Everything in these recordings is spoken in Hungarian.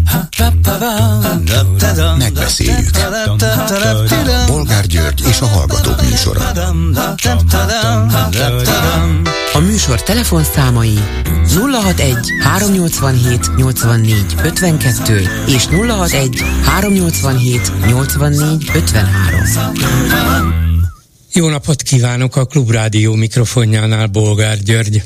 Megbeszéljük. Bolgár György és a Hallgatók műsora. A műsor telefonszámai 061 387 84 52 és 061 387 84 53. Jó napot kívánok, a Klubrádió mikrofonjánál Bolgár György.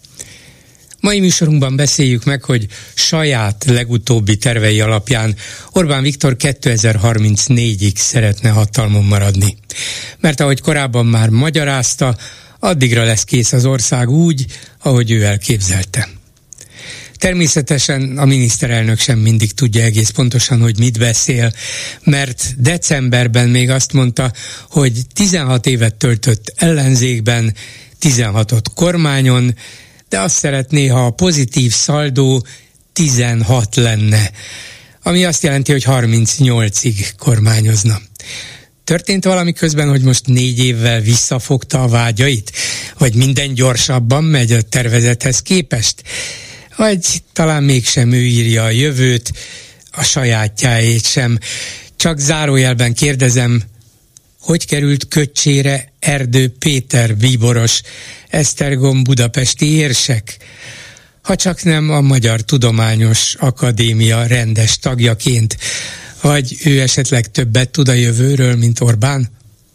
Mai műsorunkban beszéljük meg, hogy saját legutóbbi tervei alapján Orbán Viktor 2034-ig szeretne hatalmon maradni. Mert ahogy korábban már magyarázta, addigra lesz kész az ország úgy, ahogy ő elképzelte. Természetesen a miniszterelnök sem mindig tudja egész pontosan, hogy mit beszél, mert decemberben még azt mondta, hogy 16 évet töltött ellenzékben, 16-ot kormányon, de azt szeretné, ha a pozitív szaldó 16 lenne, ami azt jelenti, hogy 38-ig kormányozna. Történt valami közben, hogy most 4 évvel visszafogta a vágyait? Vagy minden gyorsabban megy a tervezethez képest? Vagy talán mégsem ő írja a jövőt, a sajátjáét sem. Csak zárójelben kérdezem, hogy került Köcsére Erdő Péter bíboros, Esztergom budapesti érsek? Ha csak nem a Magyar Tudományos Akadémia rendes tagjaként, vagy ő esetleg többet tud a jövőről, mint Orbán?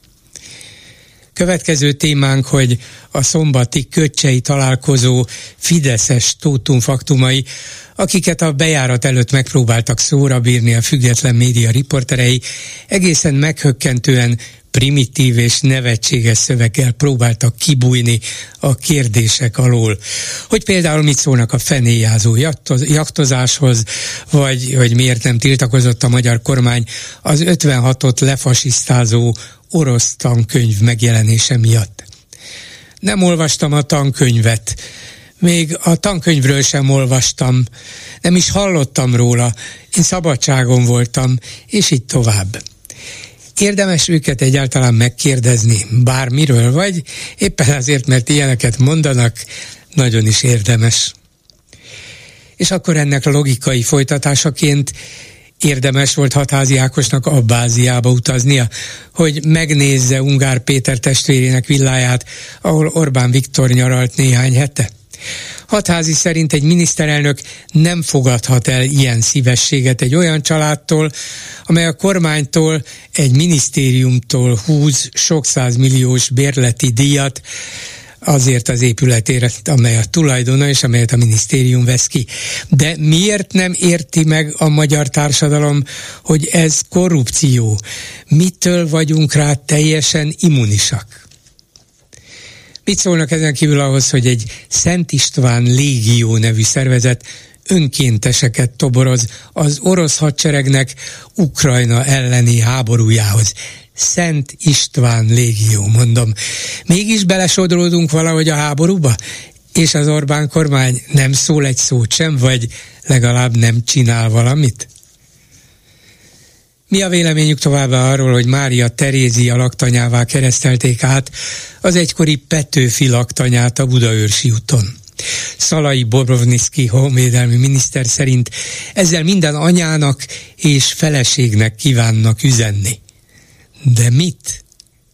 Következő témánk, hogy a szombati köcsei találkozó fideszes tótumfaktumai, akiket a bejárat előtt megpróbáltak szóra bírni a független média riporterei, egészen meghökkentően primitív és nevetséges szöveggel próbáltak kibújni a kérdések alól. Hogy például mit szólnak a fenéjázó jachtozáshoz, vagy hogy miért nem tiltakozott a magyar kormány az 56-ot lefasisztázó orosz tankönyv megjelenése miatt. Nem olvastam a tankönyvet, még a tankönyvről sem olvastam, nem is hallottam róla, én szabadságon voltam, és így tovább. Érdemes őket egyáltalán megkérdezni bármiről, vagy éppen azért, mert ilyeneket mondanak, nagyon is érdemes. És akkor ennek a logikai folytatásaként érdemes volt Hatházi Ákosnak Abbáziába utaznia, hogy megnézze Ungár Péter testvérének villáját, ahol Orbán Viktor nyaralt néhány hete. Hatházi szerint egy miniszterelnök nem fogadhat el ilyen szívességet egy olyan családtól, amely a kormánytól, egy minisztériumtól húz sok százmilliós bérleti díjat azért az épületért, amely a tulajdona és amelyet a minisztérium vesz ki. De miért nem érti meg a magyar társadalom, hogy ez korrupció? Mitől vagyunk rá teljesen immunisak? Mit szólnak ezen kívül ahhoz, hogy egy Szent István Légió nevű szervezet önkénteseket toboroz az orosz hadseregnek Ukrajna elleni háborújához? Szent István Légió, mondom. Mégis belesodródunk valahogy a háborúba? És az Orbán kormány nem szól egy szót sem, vagy legalább nem csinál valamit? Mi a véleményük továbbá arról, hogy Mária Terézia laktanyává keresztelték át az egykori Petőfi laktanyát a Budaörsi úton? Szalai Bobrovnicki honvédelmi miniszter szerint ezzel minden anyának és feleségnek kívánnak üzenni. De mit?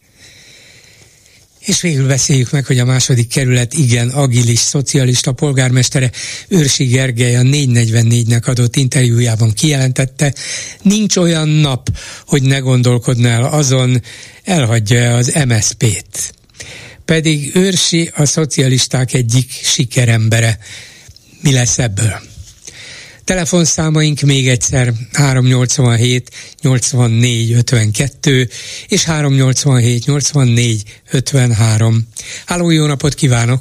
És végül beszéljük meg, hogy a második kerület igen agilis szocialista polgármestere Őrsi Gergely a 444-nek adott interjújában kijelentette, nincs olyan nap, hogy ne gondolkodna el azon, elhagyja az MSZP-t. Pedig Őrsi a szocialisták egyik sikerembere. Mi lesz ebből? Telefonszámaink még egyszer 387 84 52 és 387 84 53. Halló, jó napot kívánok!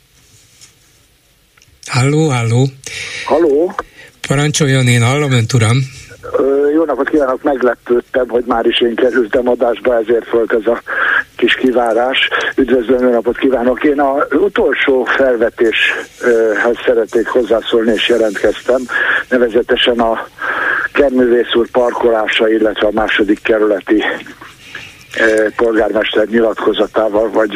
Halló! Halló! Parancsoljon, én hallom önt, uram! Jó napot kívánok, meglepődtem, hogy már is én kerültem adásba, ezért volt ez a kis kivárás. Üdvözlöm, jó napot kívánok! Én az utolsó felvetéshez szeretnék hozzászólni, és jelentkeztem, nevezetesen a Kerművész úr parkolása, illetve a második kerületi polgármester nyilatkozatával, vagy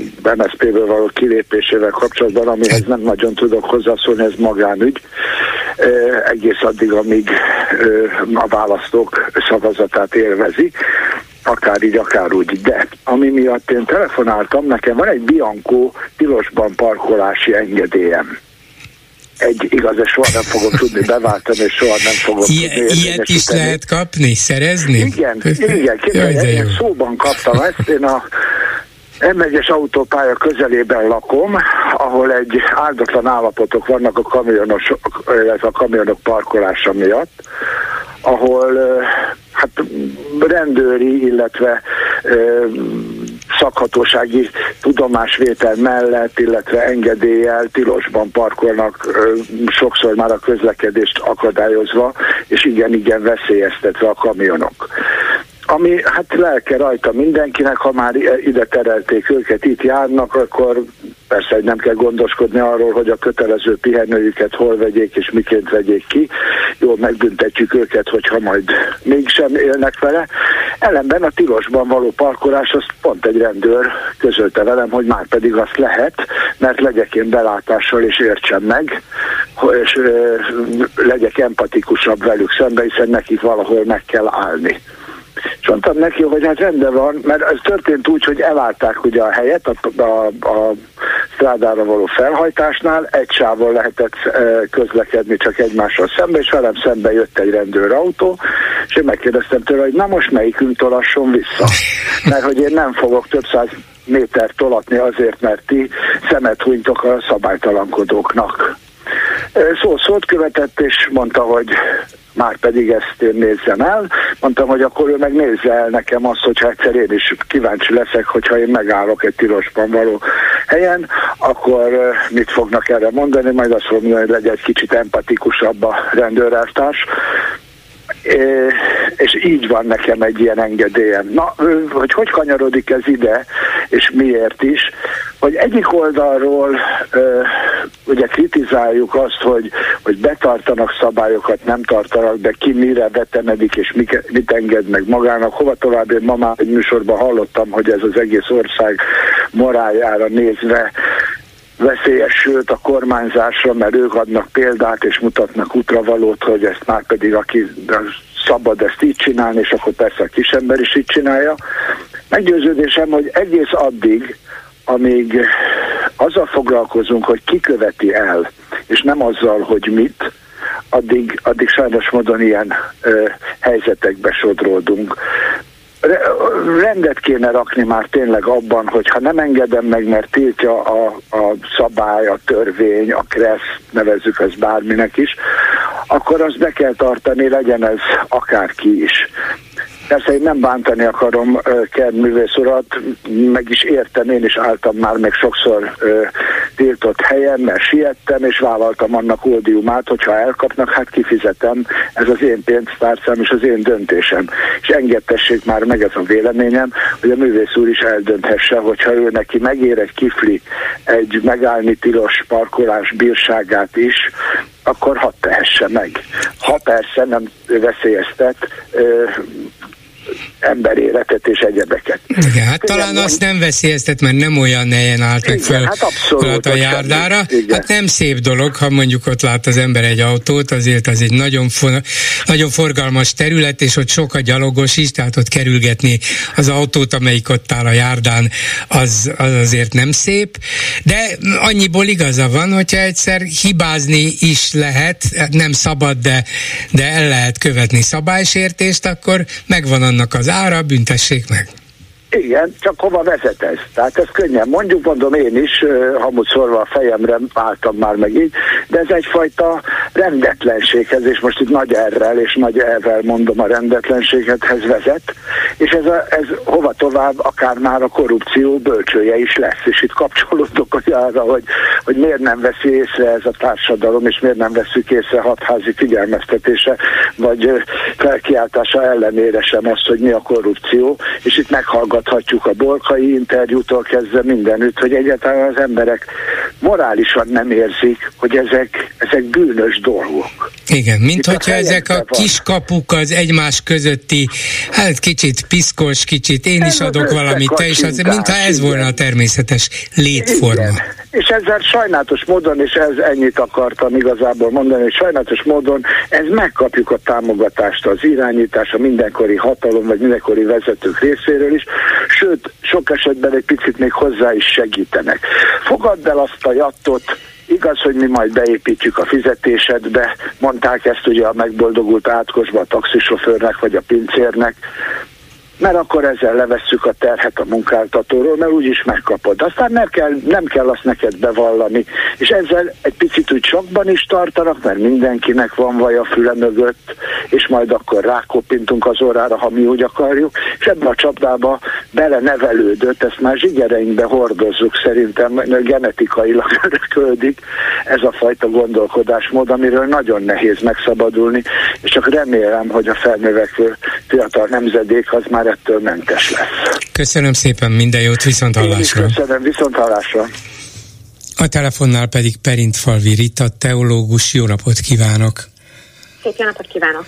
MSZP-ből való kilépésével kapcsolatban, amihez nem nagyon tudok hozzászólni, ez magánügy. egész addig, amíg a választók szavazatát élvezi, akár így, akár úgy. De ami miatt én telefonáltam, nekem van egy Bianco tilosban parkolási engedélyem. Igaz, soha nem fogom tudni beváltani, és soha nem fogom tudni ilyet is lehet kapni, szerezni? Igen, én szóban kaptam ezt. Én a M1-es autópálya közelében lakom, ahol egy áldatlan állapotok vannak a kamionok parkolása miatt, ahol hát rendőri, illetve szakhatósági tudomásvétel mellett, illetve engedéllyel tilosban parkolnak, sokszor már a közlekedést akadályozva, és igen veszélyeztetve a kamionok. Ami hát lelke rajta mindenkinek, ha már ide terelték őket, itt járnak, akkor persze, hogy nem kell gondoskodni arról, hogy a kötelező pihenőjüket hol vegyék és miként vegyék ki. Jól megbüntetjük őket, hogyha majd mégsem élnek vele. Ellenben a tilosban való parkolás, azt pont egy rendőr közölte velem, hogy már pedig azt lehet, mert legyek én belátással és értsem meg, és legyek empatikusabb velük szemben, hiszen nekik valahol meg kell állni. És mondtam neki, hogy hát rendben van, mert ez történt úgy, hogy elállták ugye a helyet a strádára való felhajtásnál, egy sávon lehetett közlekedni csak egymással szembe, és velem szembe jött egy rendőrautó, és én megkérdeztem tőle, hogy na most melyikünk tolasson vissza, mert hogy én nem fogok több száz métert tolatni azért, mert ti szemet hunytok a szabálytalankodóknak. Szót követett, és mondta, hogy már pedig ezt én nézzem el. Mondtam, hogy akkor ő meg nézze el nekem azt, hogyha egyszer én is kíváncsi leszek, hogyha én megállok egy tilosban való helyen, akkor mit fognak erre mondani, majd azt fogom mondani, hogy legyen egy kicsit empatikusabb a rendőrelvtárs. És így van nekem egy ilyen engedélyem. Na, hogy kanyarodik ez ide, és miért is, hogy egyik oldalról ugye kritizáljuk azt, hogy betartanak szabályokat, nem tartanak, de ki mire betemedik, és mit enged meg magának. Hova tovább, én ma már egy műsorban hallottam, hogy ez az egész ország moráljára nézve veszélyes, sőt a kormányzásra, mert ők adnak példát és mutatnak útravalót, hogy ezt már pedig aki szabad ezt így csinálni, és akkor persze a kisember is így csinálja. Meggyőződésem, hogy egész addig, amíg azzal foglalkozunk, hogy ki követi el, és nem azzal, hogy mit, addig sajnos módon ilyen helyzetekbe sodródunk. Rendet kéne rakni már tényleg abban, hogy ha nem engedem meg, mert tiltja a szabály, a törvény, a KRESZ, nevezzük ezt bárminek is, akkor azt be kell tartani, legyen ez akárki is. Persze én nem bántani akarom Kern művész urat, meg is értem, én is álltam már meg sokszor tiltott helyen, mert siettem, és vállaltam annak ódiumát, hogyha elkapnak, hát kifizetem, ez az én pénztárcám és az én döntésem. És engedtessék már meg, ez a véleményem, hogy a művész úr is eldönthesse, hogyha ő neki megér egy kifli, egy megállni tilos parkolás bírságát is, akkor hadd tehesse meg. Ha persze nem veszélyeztet emberéletet és egyebeket. Igen, hát talán azt nem veszélyeztet, mert nem olyan helyen állt meg föl hát a járdára. Hát nem szép dolog, ha mondjuk ott lát az ember egy autót, azért az egy nagyon forgalmas terület, és ott sok a gyalogos is, tehát ott kerülgetni az autót, amelyik ott áll a járdán, az azért nem szép, de annyiból igaza van, hogyha egyszer hibázni is lehet, nem szabad, de el lehet követni szabálysértést, akkor megvan annak az ára, büntessék meg. Igen, csak hova vezet ez? Tehát ez könnyen mondom én is, hamut szorva a fejemre álltam már meg így, de ez egyfajta rendetlenséghez, és most itt nagy R-rel és nagy E-vel mondom a rendetlenséghez vezet, és ez hova tovább akár már a korrupció bölcsője is lesz, és itt kapcsolódok arra, hogy miért nem veszi észre ez a társadalom, és miért nem veszük észre hatházi figyelmeztetése, vagy felkiáltása ellenére sem azt, hogy mi a korrupció, és itt meghallgathatjuk a Bolkai interjútól kezdve mindenütt, hogy egyáltalán az emberek morálisan nem érzik, hogy ezek bűnös dolgok. Igen, mint hogyha ezek a kiskapuk az egymás közötti, hát kicsit piszkos, kicsit én is adok valamit, te is, mintha ez volna a természetes létforma. És ezzel sajnálatos módon, és ennyit akartam igazából mondani, hogy sajnálatos módon ez megkapjuk a támogatást, az irányítás, a mindenkori hatalom, vagy mindenkori vezetők részéről is, sőt, sok esetben egy picit még hozzá is segítenek. Fogadd el azt a jattot, igaz, hogy mi majd beépítjük a fizetésedbe, mondták ezt ugye a megboldogult átkosba a taxisofőrnek vagy a pincérnek, mert akkor ezzel levesszük a terhet a munkáltatóról, mert úgyis megkapod. Aztán nem kell azt neked bevallani, és ezzel egy picit úgy sokban is tartanak, mert mindenkinek van vaj a füle mögött, és majd akkor rákoppintunk az órára, ha mi úgy akarjuk, és ebbe a csapdába belenevelődött, ezt már zsigereinkbe hordozzuk, szerintem genetikailag örököldik ez a fajta gondolkodásmód, amiről nagyon nehéz megszabadulni, és csak remélem, hogy a felnövekvő fiatal nemzedék az már ettől mentes lesz. Köszönöm szépen, minden jót, viszonthallásra. Köszönöm, viszonthallásra. A telefonnál pedig Perintfalvi Rita, teológus. Jó napot kívánok! Szép jó napot kívánok!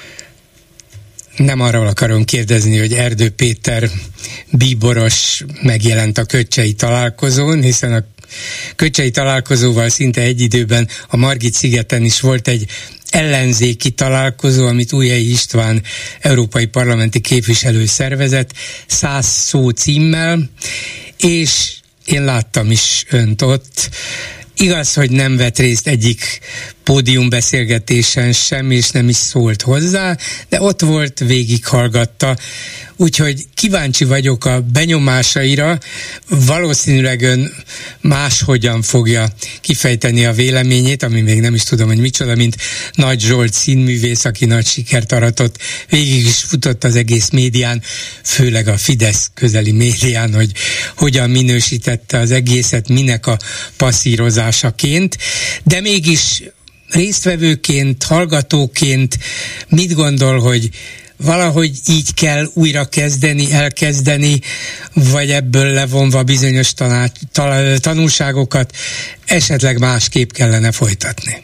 Nem arról akarom kérdezni, hogy Erdő Péter bíboros megjelent a Köccsei találkozón, hiszen a Köccsei találkozóval szinte egy időben a Margit-szigeten is volt egy ellenzéki találkozó, amit Újhelyi István európai parlamenti képviselő szervezett, 100 szó címmel, és én láttam is önt ott. Igaz, hogy nem vett részt egyik pódiumbeszélgetésen sem, és nem is szólt hozzá, de ott volt, végighallgatta. Úgyhogy kíváncsi vagyok a benyomásaira, valószínűleg ön máshogyan fogja kifejteni a véleményét, ami még nem is tudom, hogy micsoda, mint Nagy Zsolt színművész, aki nagy sikert aratott, végig is futott az egész médián, főleg a Fidesz közeli médián, hogy hogyan minősítette az egészet, minek a passzírozásaként, de mégis résztvevőként, hallgatóként mit gondol, hogy valahogy így kell újra elkezdeni, vagy ebből levonva bizonyos tanulságokat esetleg másképp kellene folytatni?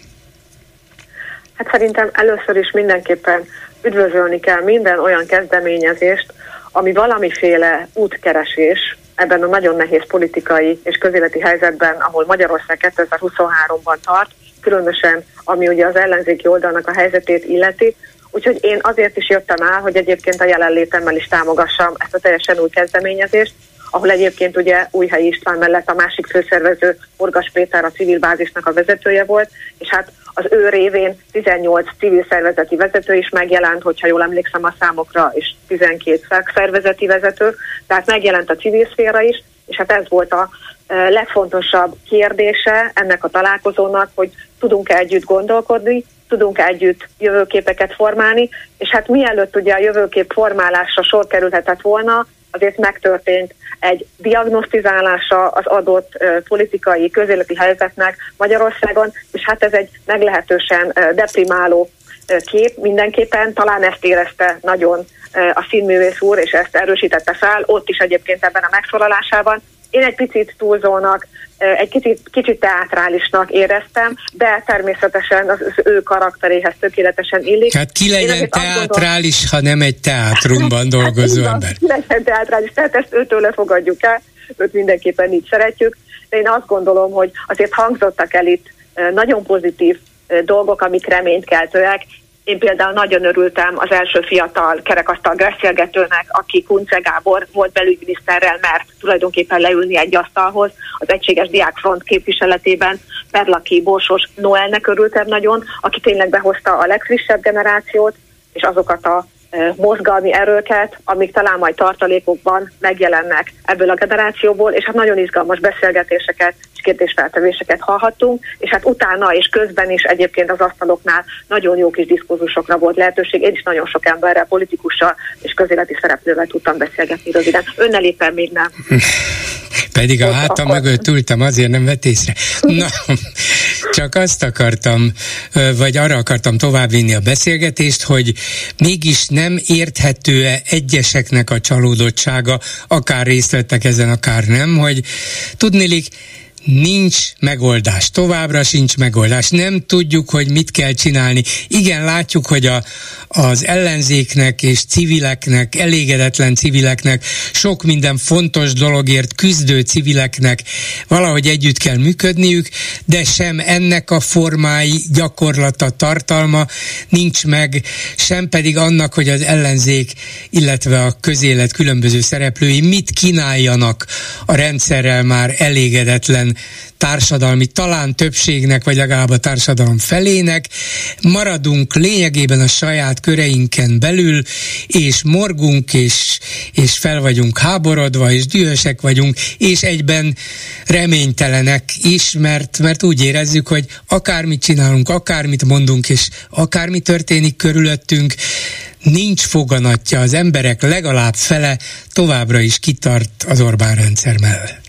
Hát szerintem először is mindenképpen üdvözölni kell minden olyan kezdeményezést, ami valamiféle útkeresés ebben a nagyon nehéz politikai és közéleti helyzetben, ahol Magyarország 2023-ban tart, különösen ami ugye az ellenzéki oldalnak a helyzetét illeti. Úgyhogy én azért is jöttem el, hogy egyébként a jelenlétemmel is támogassam ezt a teljesen új kezdeményezést, ahol egyébként ugye Újhelyi István mellett a másik főszervező, Orgas Péter, a civil bázisnak a vezetője volt, és hát az ő révén 18 civil szervezeti vezető is megjelent, hogyha jól emlékszem a számokra, és 12 szakszervezeti vezető, tehát megjelent a civil szféra is, és hát ez volt a legfontosabb kérdése ennek a találkozónak, hogy tudunk-e együtt gondolkodni, tudunk együtt jövőképeket formálni, és hát mielőtt ugye a jövőkép formálásra sor kerülhetett volna, azért megtörtént egy diagnosztizálása az adott politikai, közéleti helyzetnek Magyarországon, és hát ez egy meglehetősen deprimáló kép mindenképpen, talán ezt érezte nagyon a színművész úr, és ezt erősítette fel, ott is egyébként ebben a megszólalásában. Én egy picit túlzónak, egy kicsit teátrálisnak éreztem, de természetesen az ő karakteréhez tökéletesen illik. Hát ki legyen teátrális, ha nem egy teátrumban dolgozó ember? Ki legyen teátrális, tehát ezt őtől fogadjuk el, őt mindenképpen így szeretjük, de én azt gondolom, hogy azért hangzottak el itt nagyon pozitív dolgok, amik reménykeltőek. Én például nagyon örültem az első fiatal kerekasztal beszélgetőnek, aki Kunce Gábor volt belügyminiszterrel, mert tulajdonképpen leülni egy asztalhoz az Egységes Diákfront képviseletében. Perlaki Borsos Noelnek örültem nagyon, aki tényleg behozta a legfrissebb generációt, és azokat a mozgalmi erőket, amik talán majd tartalékokban megjelennek ebből a generációból, és hát nagyon izgalmas beszélgetéseket és kérdésfeltevéseket hallhattunk, és hát utána és közben is egyébként az asztaloknál nagyon jó kis diskurzusokra volt lehetőség. Én is nagyon sok emberrel, politikussal és közéleti szereplővel tudtam beszélgetni röviden. Önnel éppen még nem. Pedig a hátam mögött ültem, azért nem vett észre. Na, csak azt akartam, vagy arra akartam továbbvinni a beszélgetést, hogy mégis nem érthető-e egyeseknek a csalódottsága, akár részt vettek ezen, akár nem, hogy tudniillik nincs megoldás, továbbra sincs megoldás. Nem tudjuk, hogy mit kell csinálni. Igen, látjuk, hogy az ellenzéknek és civileknek, elégedetlen civileknek, sok minden fontos dologért küzdő civileknek valahogy együtt kell működniük, de sem ennek a formái, gyakorlata, tartalma nincs meg, sem pedig annak, hogy az ellenzék, illetve a közélet különböző szereplői mit kínáljanak a rendszerrel már elégedetlen társadalmi, talán többségnek, vagy legalább a társadalom felének. Maradunk lényegében a saját köreinken belül, és morgunk, és fel vagyunk háborodva, és dühösek vagyunk, és egyben reménytelenek is, mert úgy érezzük, hogy akármit csinálunk, akármit mondunk, és akármi történik körülöttünk, nincs foganatja, az emberek legalább fele továbbra is kitart az Orbán rendszer mellett.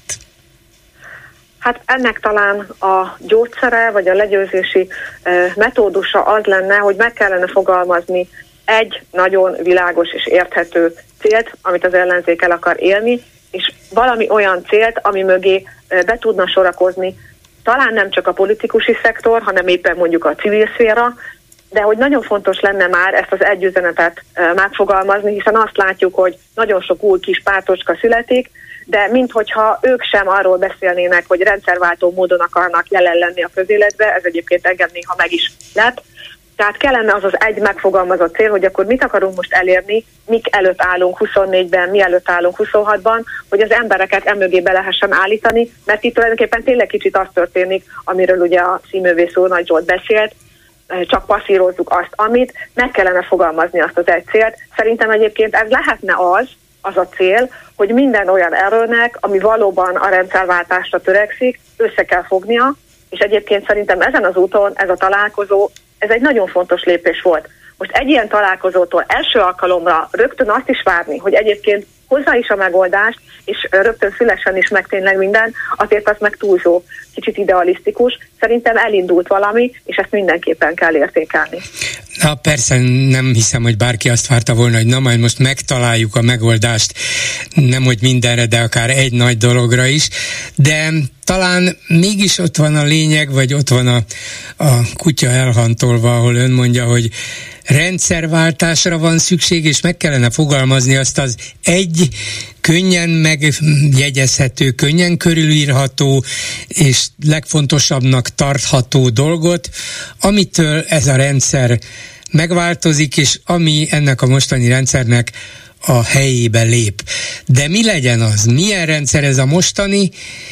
Hát ennek talán a gyógyszere, vagy a legyőzési metódusa az lenne, hogy meg kellene fogalmazni egy nagyon világos és érthető célt, amit az ellenzék el akar élni, és valami olyan célt, ami mögé be tudna sorakozni talán nem csak a politikusi szektor, hanem éppen mondjuk a civil szféra, de hogy nagyon fontos lenne már ezt az egy üzenetet megfogalmazni, hiszen azt látjuk, hogy nagyon sok új kis pártocska születik, de minthogyha ők sem arról beszélnének, hogy rendszerváltó módon akarnak jelen lenni a közéletbe, ez egyébként engem néha meg is lett. Tehát kellene az az egy megfogalmazott cél, hogy akkor mit akarunk most elérni, mik előtt állunk 24-ben, mi előtt állunk 26-ban, hogy az embereket emögé be lehessen állítani, mert itt tulajdonképpen tényleg kicsit az történik, amiről ugye a színművész úr Nagy Zsolt beszélt, csak passzírozzuk azt, amit, meg kellene fogalmazni azt az egy célt. Szerintem egyébként ez lehetne az a cél, hogy minden olyan erőnek, ami valóban a rendszerváltásra törekszik, össze kell fognia, és egyébként szerintem ezen az úton ez a találkozó, ez egy nagyon fontos lépés volt. Most egy ilyen találkozótól első alkalomra rögtön azt is várni, hogy egyébként hozza is a megoldást, és rögtön szülessen is meg tényleg minden, azért az meg túlzó, kicsit idealisztikus. Szerintem elindult valami, és ezt mindenképpen kell értékelni. Na persze, nem hiszem, hogy bárki azt várta volna, hogy na majd most megtaláljuk a megoldást, nem hogy mindenre, de akár egy nagy dologra is, de talán mégis ott van a lényeg, vagy ott van a kutya elhantolva, ahol ön mondja, hogy rendszerváltásra van szükség, és meg kellene fogalmazni azt az egy könnyen megjegyezhető, könnyen körülírható és legfontosabbnak tartható dolgot, amitől ez a rendszer megváltozik, és ami ennek a mostani rendszernek a helyébe lép. De mi legyen az? Milyen rendszer ez a mostani,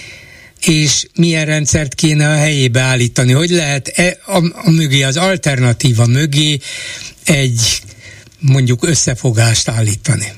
és milyen rendszert kéne a helyébe állítani? Hogy lehet a mögé, az alternatíva mögé egy mondjuk összefogást állítani?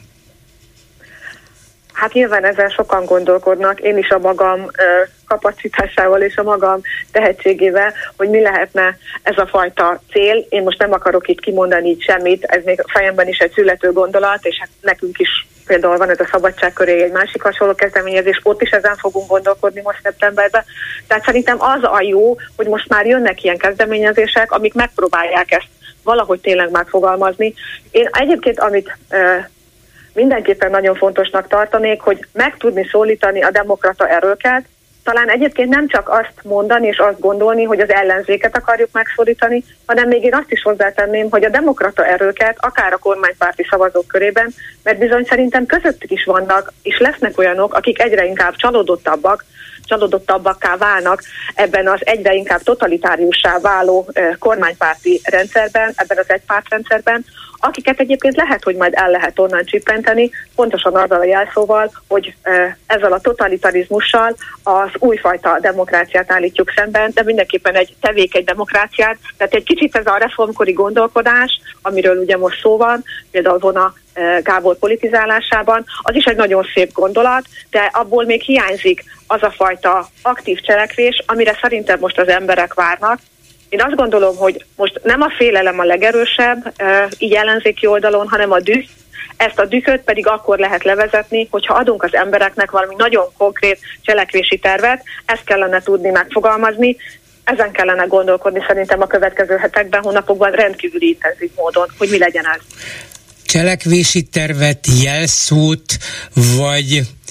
Hát nyilván ezzel sokan gondolkodnak, én is a magam kapacitásával és a magam tehetségével, hogy mi lehetne ez a fajta cél. Én most nem akarok itt kimondani így semmit, ez még a fejemben is egy születő gondolat, és hát nekünk is például van ez a Szabadság köré egy másik hasonló kezdeményezés, ott is ezen fogunk gondolkodni most szeptemberben. Tehát szerintem az a jó, hogy most már jönnek ilyen kezdeményezések, amik megpróbálják ezt valahogy tényleg megfogalmazni. Én egyébként, amit mindenképpen nagyon fontosnak tartanék, hogy meg tudni szólítani a demokrata erőket, talán egyébként nem csak azt mondani és azt gondolni, hogy az ellenzéket akarjuk megszólítani, hanem még én azt is hozzátenném, hogy a demokrata erőket, akár a kormánypárti szavazók körében, mert bizony szerintem közöttük is vannak, és lesznek olyanok, akik egyre inkább csalódottabbakká válnak ebben az egyre inkább totalitáriussá váló kormánypárti rendszerben, ebben az egypártrendszerben, akiket egyébként lehet, hogy majd el lehet onnan csippenteni, pontosan azzal a jelszóval, hogy ezzel a totalitarizmussal az újfajta demokráciát állítjuk szemben, de mindenképpen egy tevékeny demokráciát, tehát egy kicsit ez a reformkori gondolkodás, amiről ugye most szó van, például Vona Gábor politizálásában, az is egy nagyon szép gondolat, de abból még hiányzik az a fajta aktív cselekvés, amire szerintem most az emberek várnak. Én azt gondolom, hogy most nem a félelem a legerősebb, így ellenzéki oldalon, hanem a düh. Ezt a dühöt pedig akkor lehet levezetni, hogyha adunk az embereknek valami nagyon konkrét cselekvési tervet, ezt kellene tudni megfogalmazni, ezen kellene gondolkodni szerintem a következő hetekben, hónapokban rendkívüli intenzív módon, hogy mi legyen ez. Cselekvési tervet, jelszót, vagy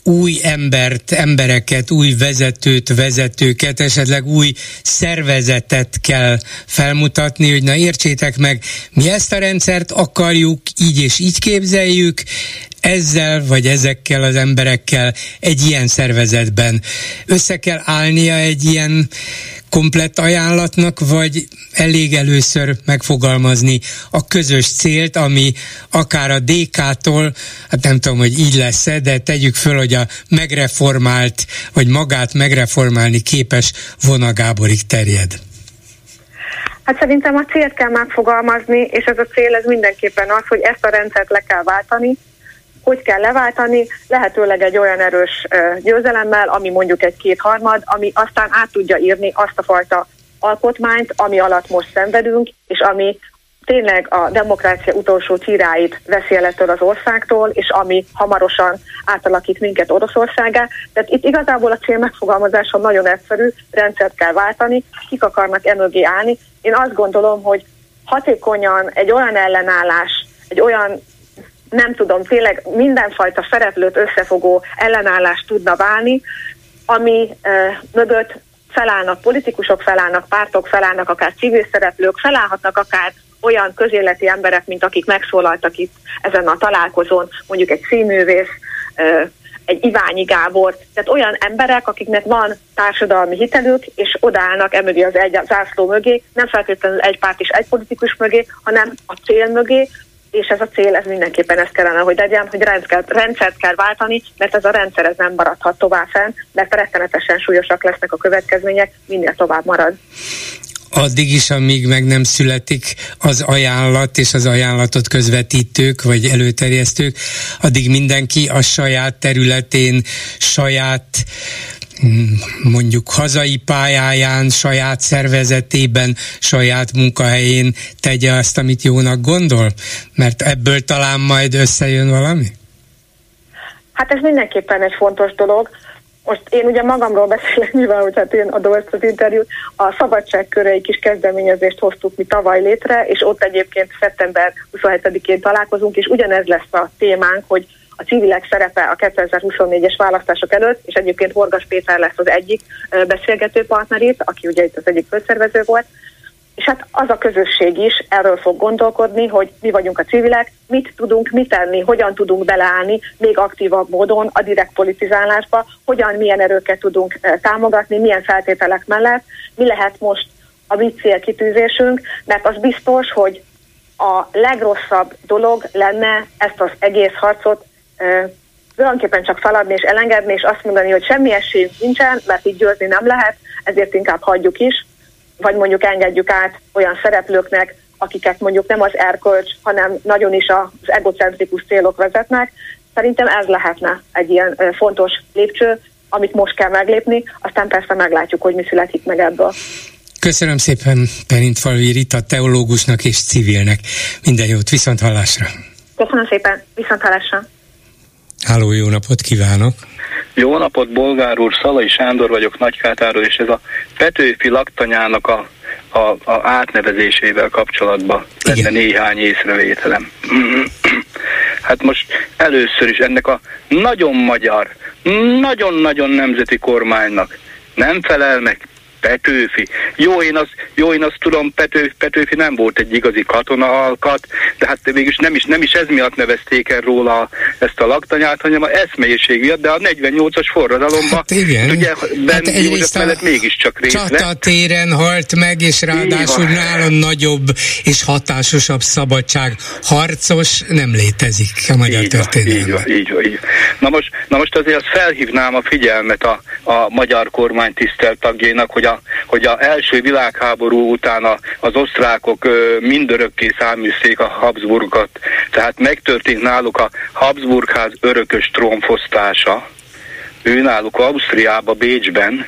új embereket, új vezetőket, esetleg új szervezetet kell felmutatni, hogy na értsétek meg, mi ezt a rendszert akarjuk, így és így képzeljük, ezzel vagy ezekkel az emberekkel egy ilyen szervezetben össze kell állnia egy ilyen komplett ajánlatnak, vagy elég először megfogalmazni a közös célt, ami akár a DK-tól, hát nem tudom, hogy így lesz-e, de tegyük föl, hogy a megreformált, vagy magát megreformálni képes Vona Gáborig terjed. Hát szerintem a célt kell megfogalmazni, és ez a cél ez mindenképpen az, hogy ezt a rendszert le kell váltani. Hogy kell leváltani, lehetőleg egy olyan erős győzelemmel, ami mondjuk egy 2/3, ami aztán át tudja írni azt a fajta alkotmányt, ami alatt most szenvedünk, és ami tényleg a demokrácia utolsó csíráit veszi el ettől az országtól, és ami hamarosan átalakít minket Oroszországgá. Tehát itt igazából a cél megfogalmazása nagyon egyszerű, rendszert kell váltani, kik akarnak emögé állni. Én azt gondolom, hogy hatékonyan egy olyan ellenállás, egy olyan nem tudom, tényleg mindenfajta szereplőt összefogó ellenállás tudna válni, ami mögött felállnak politikusok, felállnak pártok, felállnak akár civil szereplők, felállhatnak akár olyan közéleti emberek, mint akik megszólaltak itt ezen a találkozón, mondjuk egy színművész, egy Iványi Gábor, tehát olyan emberek, akiknek van társadalmi hitelük, és odaállnak emögé az egy zászló mögé, nem feltétlenül egy párt és egy politikus mögé, hanem a cél mögé, és ez a cél, ez mindenképpen ez kellene, hogy legyen, hogy rendszert kell váltani, mert ez a rendszer ez nem maradhat tovább fenn, mert rettenetesen súlyosak lesznek a következmények, minél tovább marad. Addig is, amíg meg nem születik az ajánlat és az ajánlatot közvetítők vagy előterjesztők, addig mindenki a saját területén, saját mondjuk hazai pályáján, saját szervezetében, saját munkahelyén tegye azt, amit jónak gondol? Mert ebből talán majd összejön valami? Hát ez mindenképpen egy fontos dolog. Most én ugye magamról beszélek, mivel hogy hát én adom ezt az interjút, a Szabadságkörei kis kezdeményezést hoztuk mi tavaly létre, és ott egyébként szeptember 27-én találkozunk, és ugyanez lesz a témánk, hogy a civilek szerepe a 2024-es választások előtt, és egyébként Horgas Péter lesz az egyik beszélgető partner itt, aki ugye itt az egyik főszervező volt, és hát az a közösség is erről fog gondolkodni, hogy mi vagyunk a civilek, mit tudunk mit tenni, hogyan tudunk beleállni még aktívabb módon a direkt politizálásba, hogyan, milyen erőket tudunk támogatni, milyen feltételek mellett, mi lehet most a mi célkitűzésünk, mert az biztos, hogy a legrosszabb dolog lenne ezt az egész harcot tulajdonképpen csak feladni és elengedni, és azt mondani, hogy semmi esélyünk nincsen, mert így győzni nem lehet, ezért inkább hagyjuk is, vagy mondjuk engedjük át olyan szereplőknek, akiket mondjuk nem az erkölcs, hanem nagyon is az egocentrikus célok vezetnek. Szerintem ez lehetne egy ilyen fontos lépcső, amit most kell meglépni, aztán persze meglátjuk, hogy mi születik meg ebből. Köszönöm szépen Perintfalvi Rita teológusnak és civilnek. Minden jót, viszonthallásra! Köszönöm szépen, viszonthallásra! Háló, jó napot kívánok! Jó napot, Bolgár úr, Szalai Sándor vagyok Nagykátáról, és ez a Petőfi laktanyának a átnevezésével kapcsolatban lenne néhány észrevételem. Hát most először is ennek a nagyon magyar, nagyon-nagyon nemzeti kormánynak nem felel meg Petőfi. Jó, én azt tudom, Petőfi nem volt egy igazi katonaalkat, de hát végülis nem is ez miatt nevezték el róla ezt a laktanyát, hanem a eszmélyiség miatt, de a 48-as forradalomban, hát igen. Ugye Ben József mellett mégiscsak részt vett. Csatatéren halt meg, és ráadásul nálam nagyobb és hatásosabb szabadság harcos nem létezik a magyar történelemben. Így van. Na most azért azt felhívnám a figyelmet a magyar kormány tisztelt tagjainak, hogy a első világháború után az osztrákok mindörökké száműzték a Habsburgot, tehát megtörtént náluk a Habsburgház örökös trónfosztása, ő náluk Ausztriába, Bécsben.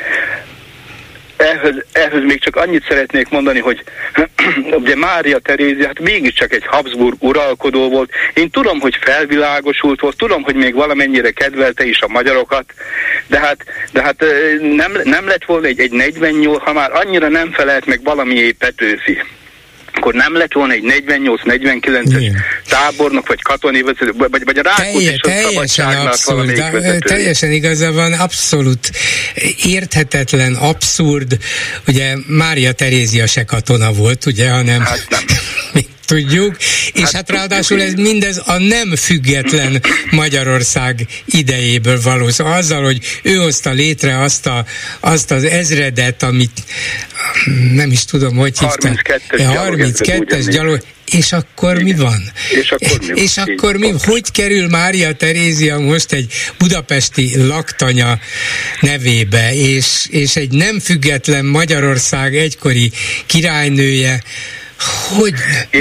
Ehhez még csak annyit szeretnék mondani, hogy ugye Mária Terézia, hát mégiscsak egy Habsburg uralkodó volt. Én tudom, hogy felvilágosult volt, tudom, hogy még valamennyire kedvelte is a magyarokat, de hát nem lett volna egy 48, ha már annyira nem felelt meg valamié Petőfi. akkor nem lett volna egy 48-49 tábornok, vagy katonai, vagy a Rákóczi és a szabadságnak valamelyik vezetője. Teljesen igaza van, abszolút érthetetlen, abszurd. Ugye Mária Terézia se katona volt, ugye, hanem... Hát nem. Tudjuk, és hát ráadásul ez mindez a nem független Magyarország idejéből való. Szóval azzal, hogy ő hozta létre azt az ezredet, amit nem is tudom, hogy hívták. 32-es gyalog. És akkor igen. Mi van? És akkor mi? Hogy kerül Mária Terézia most egy budapesti laktanya nevébe, és egy nem független Magyarország egykori királynője, hogy...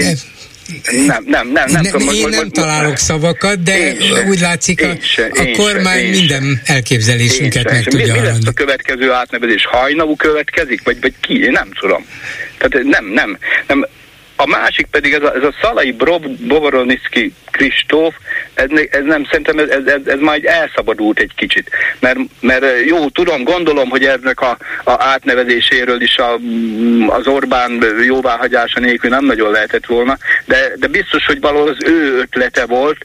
Nem tudom. Én nem találok szavakat, de úgy látszik a kormány minden elképzelésünket meg tudja hallani. Mi lesz a következő átnevezés? Hajnalú következik? Vagy ki? Én nem tudom. Tehát nem. A másik pedig ez a Szalai Bobronicki Kristóf, ez nem, szerintem ez majd elszabadult egy kicsit. Mert jó, gondolom, hogy ennek a átnevezéséről is az Orbán jóváhagyása nélkül nem nagyon lehetett volna, de biztos, hogy valahol az ő ötlete volt,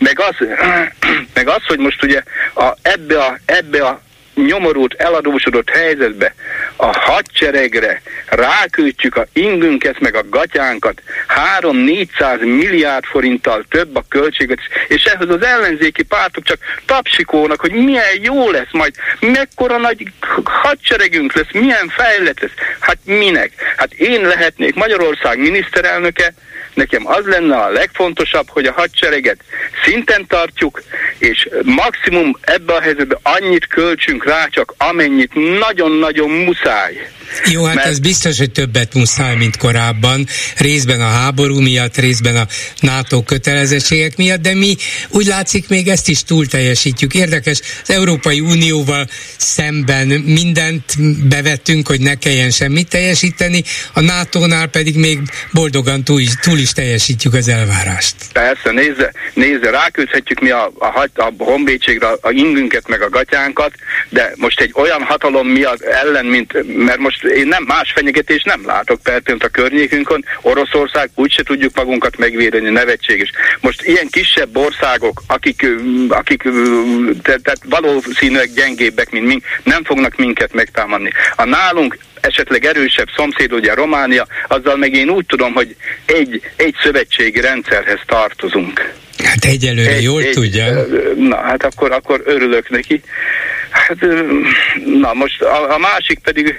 meg az, hogy most ugye ebbe a nyomorult, eladósodott helyzetbe a hadseregre ráküldjük a ingünket, meg a gatyánkat, 3-400 milliárd forinttal több a költséget, és ehhez az ellenzéki pártok csak tapsikónak, hogy milyen jó lesz majd, mekkora nagy hadseregünk lesz, milyen fejlett lesz. Hát minek? Hát én lehetnék Magyarország miniszterelnöke, nekem az lenne a legfontosabb, hogy a hadsereget szinten tartjuk, és maximum ebbe a helyzetben annyit költsünk rá, csak amennyit nagyon-nagyon muszáj. Jó, hát ez biztos, hogy többet muszáj, mint korábban, részben a háború miatt, részben a NATO kötelezettségek miatt, de mi úgy látszik még ezt is túl teljesítjük. Érdekes, az Európai Unióval szemben mindent bevettünk, hogy ne kelljen semmit teljesíteni, a NATO-nál pedig még boldogan túl is teljesítjük az elvárást. Persze, nézze, ráküldhetjük mi a honvédségre a ingünket meg a gatyánkat, de most egy olyan hatalom miatt ellen, mert most én nem más fenyegetést nem látok percent a környékünkön, Oroszország, úgyse tudjuk magunkat megvédeni, nevetséges. Most ilyen kisebb országok, akik tehát valószínűleg gyengébbek, mint mi, nem fognak minket megtámadni. A nálunk esetleg erősebb szomszéd, ugye Románia, azzal meg én úgy tudom, hogy egy szövetségi rendszerhez tartozunk. Hát egyelőre jól tudja. Na, hát akkor örülök neki. Hát, na most a másik pedig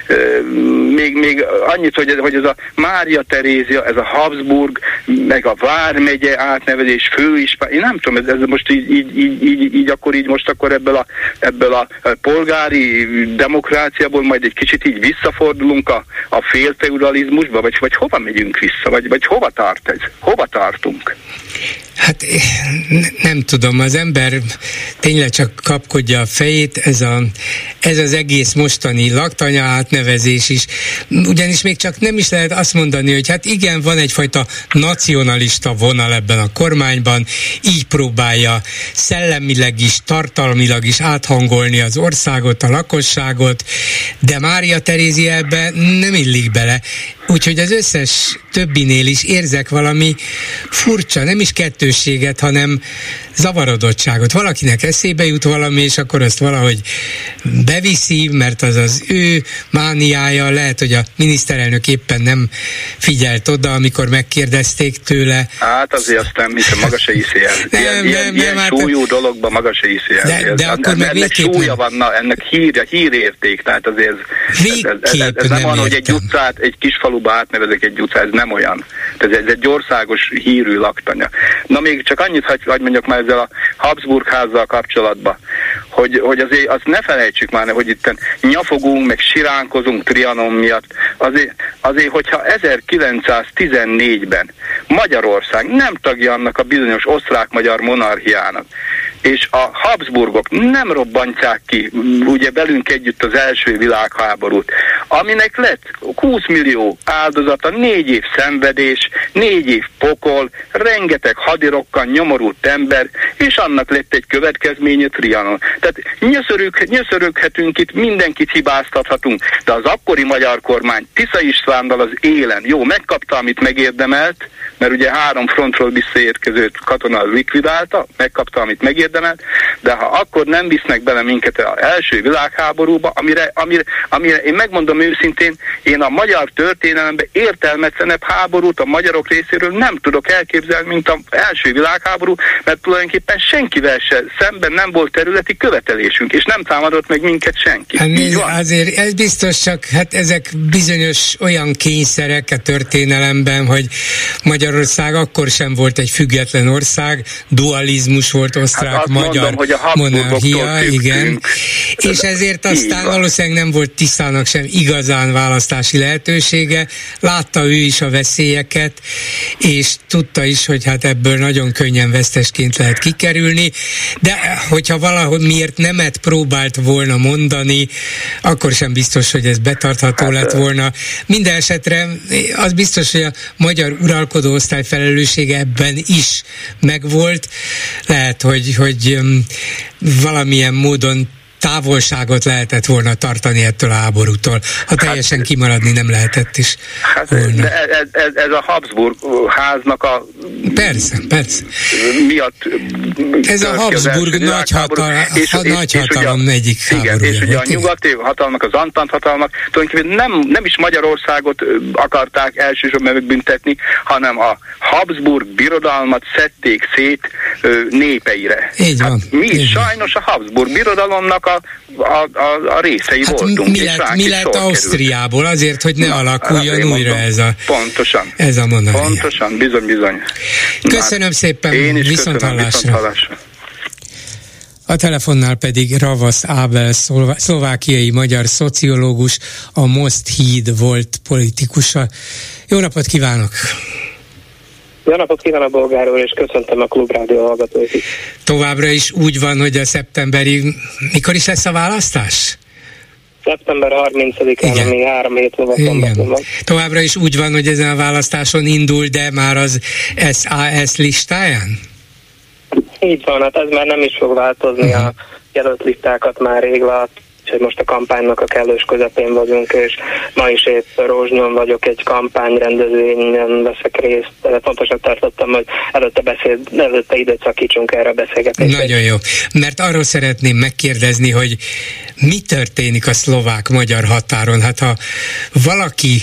még annyit, hogy ez a Mária Terézia, ez a Habsburg, meg a Vármegye átnevezés, főispán, én nem tudom, ez most akkor ebből a polgári demokráciából majd egy kicsit így visszafordulunk a félfeudalizmusba, vagy hova megyünk vissza, vagy hova tart ez? Hova tartunk? Hát nem tudom, az ember tényleg csak kapkodja a fejét, ez az egész mostani laktanya átnevezés is, ugyanis még csak nem is lehet azt mondani, hogy hát igen, van egyfajta nacionalista vonal ebben a kormányban, így próbálja szellemileg is, tartalmilag is áthangolni az országot, a lakosságot, de Mária Terézia ebbe nem illik bele. Úgyhogy az összes többinél is érzek valami furcsa, nem is kettősséget, hanem zavarodottságot. Valakinek eszébe jut valami, és akkor azt valahogy beviszi, mert az az ő mániája, lehet, hogy a miniszterelnök éppen nem figyelt oda, amikor megkérdezték tőle. Hát azért azt nem hiszem, maga se hiszi el. Ilyen súlyú dologban maga se hiszi el. De akkor meg ennek súlya van, ennek hírérték, tehát azért ez nem van, hogy egy utcát, egy kis faluba átnevezek egy utcát, ez nem olyan. Ez egy országos hírű laktanya. Na még csak annyit hagy mondjak már ezzel a Habsburg házzal kapcsolatban, hogy azért azt ne felejtsük már, hogy itt nyafogunk, meg siránkozunk Trianon miatt. Azért, hogyha 1914-ben Magyarország nem tagja annak a bizonyos osztrák-magyar monarchiának, és a Habsburgok nem robbantják ki, ugye velünk együtt az első világháborút, aminek lett 20 millió áldozata, 4 év szenvedés, 4 év pokol, rengeteg hadirokkan nyomorult ember, és annak lett egy következménye Trianon. Tehát nyöszöröghetünk itt, mindenkit hibáztathatunk, de az akkori magyar kormány Tisza Istvánnal az élen, jó, megkapta, amit megérdemelt, mert ugye 3 frontról visszaérkező katona az likvidálta, megkapta, amit megérdemelt, de ha akkor nem visznek bele minket az első világháborúba, amire én megmondom őszintén, én a magyar történelemben értelmetlenebb háborút a magyarok részéről nem tudok elképzelni, mint az első világháború, mert tulajdonképpen senkivel se szemben nem volt területi követelésünk, és nem támadott meg minket senki. Hát azért ez biztos, csak hát ezek bizonyos olyan kényszerek a történelemben, hogy Magyarország akkor sem volt egy független ország, dualizmus volt, osztrák-magyar monarchia, igen, és ezért aztán valószínűleg nem volt Tiszának sem igazán választási lehetősége, látta ő is a veszélyeket, és tudta is, hogy hát ebből nagyon könnyen vesztesként lehet kikerülni, de hogyha valahogy miért nemet próbált volna mondani, akkor sem biztos, hogy ez betartható lett volna. Minden esetre az biztos, hogy a magyar uralkodó osztály felelőssége ebben is megvolt. Lehet, hogy valamilyen módon távolságot lehetett volna tartani ettől a háborútól. Ha teljesen kimaradni nem lehetett is volna. De ez a Habsburg háznak a... Persze. miatt... Ez a Habsburg nagyhatalom egyik háborúja. Igen, és ugye a nyugati hatalmak, az Antant hatalmak tulajdonképpen nem is Magyarországot akarták elsősorban megbüntetni, hanem a Habsburg birodalmat szedték szét népeire. Így van. Mi is sajnos a Habsburg birodalomnak a részei voltunk. Mi lett Ausztriából azért, hogy ne alakuljon újra ez a monarchia. Pontosan, bizony. Köszönöm szépen, én is viszonthallásra. A telefonnál pedig Ravasz Ábel, szlovákiai magyar szociológus, a Most Híd volt politikusa. Jó napot kívánok! Jó napot kívánok, Bolgár úr, és köszöntöm a Klubrádió hallgatóit is. Továbbra is úgy van, hogy a szeptemberi... Mikor is lesz a választás? Szeptember 30-án, ami 3 hét múlva van. Továbbra is úgy van, hogy ezen a választáson indul, de már az SAS listáján? Így van, hát ez már nem is fog változni, a jelölt listákat már rég lát, hogy most a kampánynak a kellős közepén vagyunk, és ma is épp Rozsnyon vagyok, egy kampányrendezvényen veszek részt. Pontosan tartottam, hogy előtte időt szakítsunk erre a beszélgetésre. Nagyon jó, mert arról szeretném megkérdezni, hogy mi történik a szlovák-magyar határon? Hát ha valaki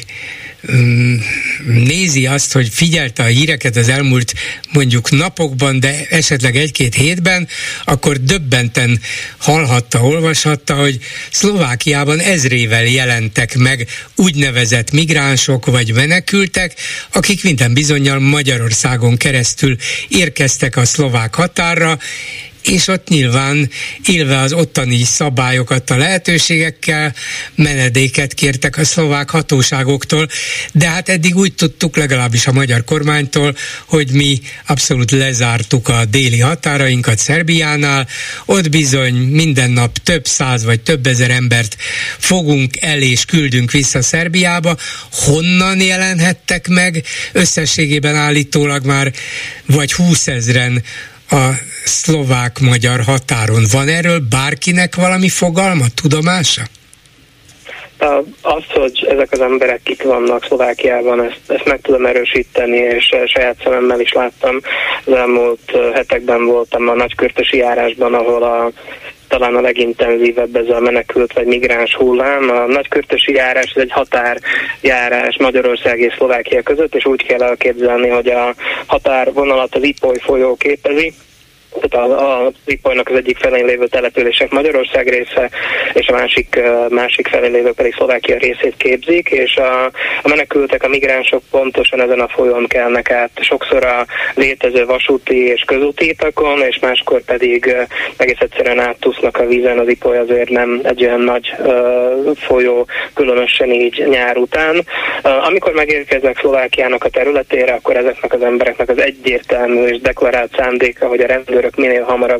nézi azt, hogy figyelte a híreket az elmúlt mondjuk napokban, de esetleg 1-2 hétben, akkor döbbenten hallhatta, olvashatta, hogy Szlovákiában ezrével jelentek meg úgynevezett migránsok vagy menekültek, akik minden bizonnyal Magyarországon keresztül érkeztek a szlovák határra, és ott nyilván élve az ottani szabályokat a lehetőségekkel menedéket kértek a szlovák hatóságoktól, de hát eddig úgy tudtuk, legalábbis a magyar kormánytól, hogy mi abszolút lezártuk a déli határainkat Szerbiánál, ott bizony minden nap több száz vagy több ezer embert fogunk el és küldünk vissza Szerbiába. Honnan jelenhettek meg? Összességében állítólag már vagy 20 000-en a szlovák-magyar határon. Van erről bárkinek valami fogalma, tudomása? Az, hogy ezek az emberek kik vannak Szlovákiában, ezt meg tudom erősíteni, és saját szememmel is láttam. Az elmúlt hetekben voltam a Nagykörtösi járásban, ahol talán a legintenzívebb ez a menekült vagy migráns hullám. A Nagykörtösi járás ez egy határjárás Magyarország és Szlovákia között, és úgy kell elképzelni, hogy a határvonalat az Ipoly folyó képezi. Tehát az Ipolynak az egyik felén lévő települések Magyarország része, és a másik felén lévő pedig Szlovákia részét képzik, és a menekültek, a migránsok pontosan ezen a folyón kelnek át, sokszor a létező vasúti és közúti utakon, és máskor pedig egész egyszerűen átúsznak a vízen. Az Ipoly azért nem egy olyan nagy folyó, különösen így nyár után. Amikor megérkeznek Szlovákiának a területére, akkor ezeknek az embereknek az egyértelmű és deklarált szándéka, hogy a rendőrök rendőrök minél hamarabb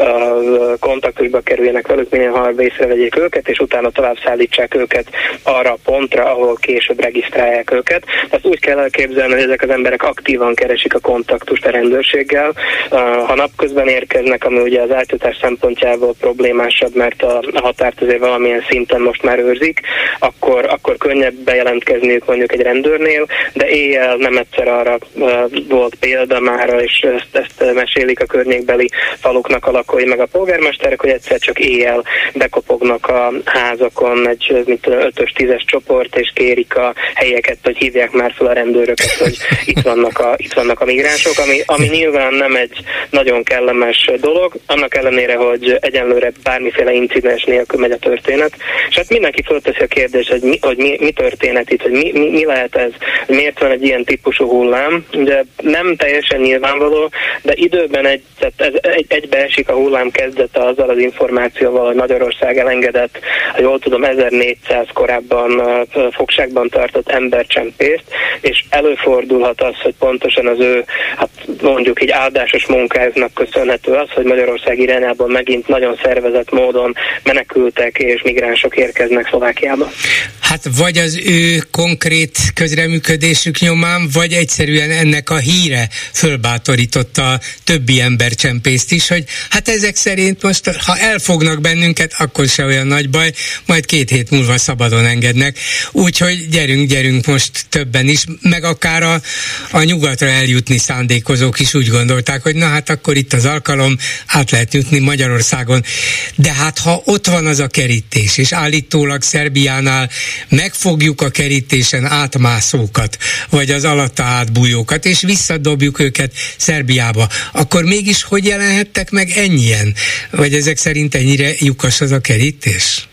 kontaktusba kerüljenek velük, minél hamarabb észrevegyék őket, és utána tovább szállítsák őket arra a pontra, ahol később regisztrálják őket. Ezt úgy kell elképzelni, hogy ezek az emberek aktívan keresik a kontaktust a rendőrséggel. Ha napközben érkeznek, ami ugye az átjutás szempontjából problémásabb, mert a határt azért valamilyen szinten most már őrzik, akkor könnyebb bejelentkezniük mondjuk egy rendőrnél, de éjjel nem egyszer arra volt példa már, és ezt mesélik a környékbeli faluknak a lakói meg a polgármesterek, hogy egyszer csak éjjel bekopognak a házakon egy 5-ös, 10-es csoport, és kérik a helyeket, hogy hívják már fel a rendőröket, hogy itt vannak a migránsok, ami nyilván nem egy nagyon kellemes dolog, annak ellenére, hogy egyenlőre bármiféle incidens nélkül megy a történet. És hát mindenki fölteszi a kérdést, hogy mi történet itt, hogy mi lehet ez, hogy miért van egy ilyen típusú hullám. Ugye nem teljesen nyilvánvaló, de időben egybeesik a hullám kezdete azzal az információval, hogy Magyarország elengedett, ha jól tudom, 1400 korábban fogságban tartott embercsempészt, és előfordulhat az, hogy pontosan az ő, hát mondjuk így áldásos munkájuknak köszönhető az, hogy Magyarország irányából megint nagyon szervezett módon menekültek és migránsok érkeznek Szlovákiába. Hát vagy az ő konkrét közreműködésük nyomán, vagy egyszerűen ennek a híre fölbátorította a többi embercsempészt is, hogy hát ezek szerint most, ha elfognak bennünket, akkor se olyan nagy baj, majd 2 hét múlva szabadon engednek. Úgyhogy gyerünk most többen is, meg akár a nyugatra eljutni szándékozók is úgy gondolták, hogy na hát akkor itt az alkalom, át lehet jutni Magyarországon. De hát ha ott van az a kerítés, és állítólag Szerbiánál megfogjuk a kerítésen átmászókat, vagy az alatta átbújókat, és visszadobjuk őket Szerbiába, akkor mégis hogy jelenhettek meg ennyien? Vagy ezek szerint ennyire lyukas az a kerítés?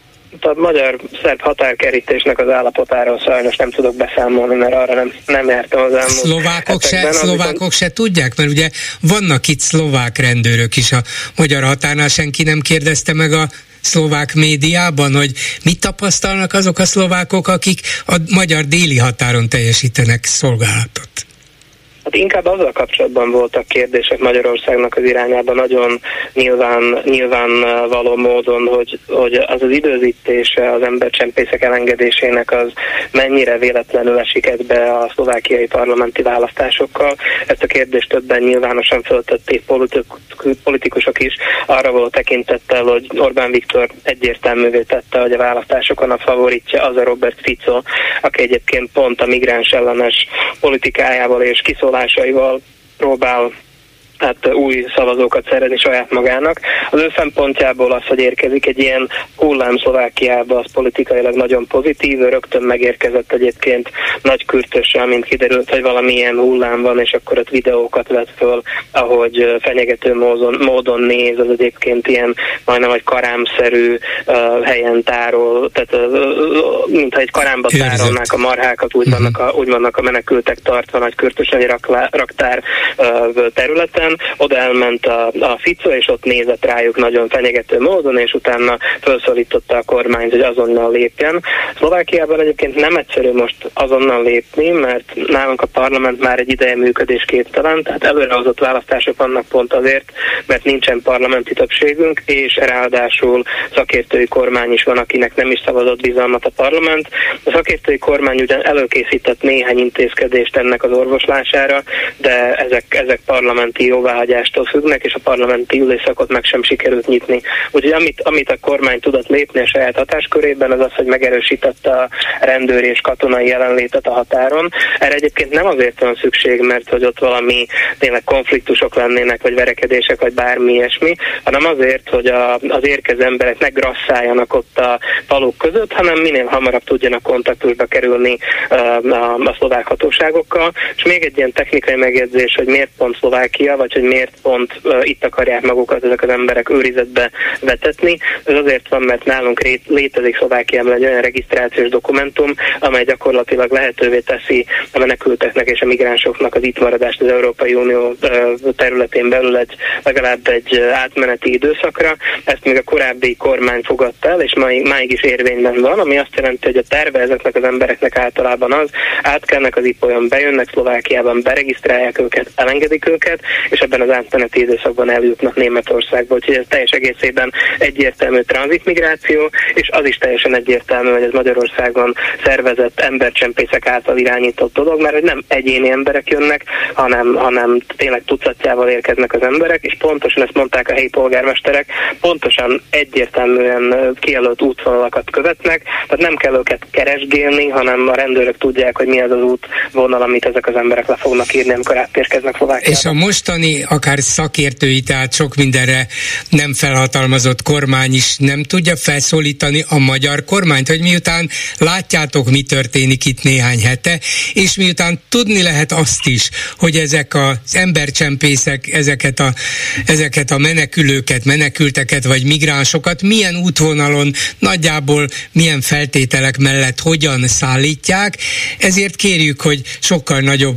A magyar-szerb határkerítésnek az állapotáról sajnos nem tudok beszámolni, mert arra nem jártam az elmúlt Szlovákok se tudják, mert ugye vannak itt szlovák rendőrök is a magyar határnál, senki nem kérdezte meg a szlovák médiában, hogy mit tapasztalnak azok a szlovákok, akik a magyar déli határon teljesítenek szolgálatot. Hát inkább azzal kapcsolatban voltak kérdések Magyarországnak az irányában nagyon nyilvánvaló módon, hogy az időzítése az embercsempészek elengedésének az mennyire véletlenül esik egybe a szlovákiai parlamenti választásokkal. Ezt a kérdést többen nyilvánosan föltették politikusok is, arra volt tekintettel, hogy Orbán Viktor egyértelművé tette, hogy a választásokon a favoritja az a Robert Fico, aki egyébként pont a migráns ellenes politikájával és kiszólásaival próbál új szavazókat szerezni saját magának. Az ő szempontjából az, hogy érkezik egy ilyen hullám Szlovákiába, az politikailag nagyon pozitív, rögtön megérkezett egyébként Nagykürtössel, mint kiderült, hogy valamilyen hullám van, és akkor ott videókat vett föl, ahogy fenyegető módon néz, az egyébként ilyen majdnem egy karámszerű helyen tárol, tehát mintha egy karámba tárolnák a marhákat, úgy vannak a menekültek tartva Nagykürtösen raktár területen. Oda elment a Fico, és ott nézett rájuk nagyon fenyegető módon, és utána felszólította a kormányt, hogy azonnal lépjen. Szlovákiában egyébként nem egyszerű most azonnal lépni, mert nálunk a parlament már egy ideje működésképtelen, tehát előrehozott választások vannak pont azért, mert nincsen parlamenti többségünk, és ráadásul szakértői kormány is van, akinek nem is szavazott bizalmat a parlament. A szakértői kormány ugyan előkészített néhány intézkedést ennek az orvoslására, de ezek parlamenti jóváhagyástól függnek, és a parlamenti ülésszakot meg sem sikerült nyitni. Úgyhogy amit a kormány tudott lépni a saját hatáskörében, az az, hogy megerősítette a rendőri és katonai jelenlétet a határon. Erre egyébként nem azért van szükség, mert hogy ott valami tényleg konfliktusok lennének, vagy verekedések, vagy bármi ilyesmi, hanem azért, hogy az érkező emberek ne grasszáljanak ott a faluk között, hanem minél hamarabb tudjanak kontaktusba kerülni a szlovák hatóságokkal. És még egy ilyen technikai megjegyzés, hogy miért pont Szlovákia, vagy hogy miért pont itt akarják magukat ezek az emberek őrizetbe vetetni. Ez azért van, mert nálunk létezik Szlovákiában egy olyan regisztrációs dokumentum, amely gyakorlatilag lehetővé teszi a menekülteknek és a migránsoknak az itt maradást az Európai Unió területén belül legalább egy átmeneti időszakra. Ezt még a korábbi kormány fogadta el, és máig is érvényben van, ami azt jelenti, hogy a terve ezeknek az embereknek általában az, átkelnek az IPO-on, bejönnek Szlovákiában, beregisztrálják őket, elengedik őket, és ebben az átmeneti időszakban eljutnak Németországba. Úgyhogy ez teljes egészében egyértelmű tranzitmigráció, és az is teljesen egyértelmű, hogy ez Magyarországon szervezett embercsempészek által irányított dolog, mert hogy nem egyéni emberek jönnek, hanem tényleg tucatjával érkeznek az emberek, és pontosan ezt mondták a helyi polgármesterek, pontosan egyértelműen kijelölt útvonalakat követnek, tehát nem kell őket keresgélni, hanem a rendőrök tudják, hogy mi az az útvonal, amit ezek az emberek le fognak írni, amikor átérkeznek Szlovákiába. És a mostani, akár szakértői, tehát sok mindenre nem felhatalmazott kormány is nem tudja felszólítani a magyar kormányt, hogy miután látjátok, mi történik itt néhány hete, és miután tudni lehet azt is, hogy ezek az embercsempészek, ezeket a menekülteket vagy migránsokat milyen útvonalon, nagyjából milyen feltételek mellett hogyan szállítják, ezért kérjük, hogy sokkal nagyobb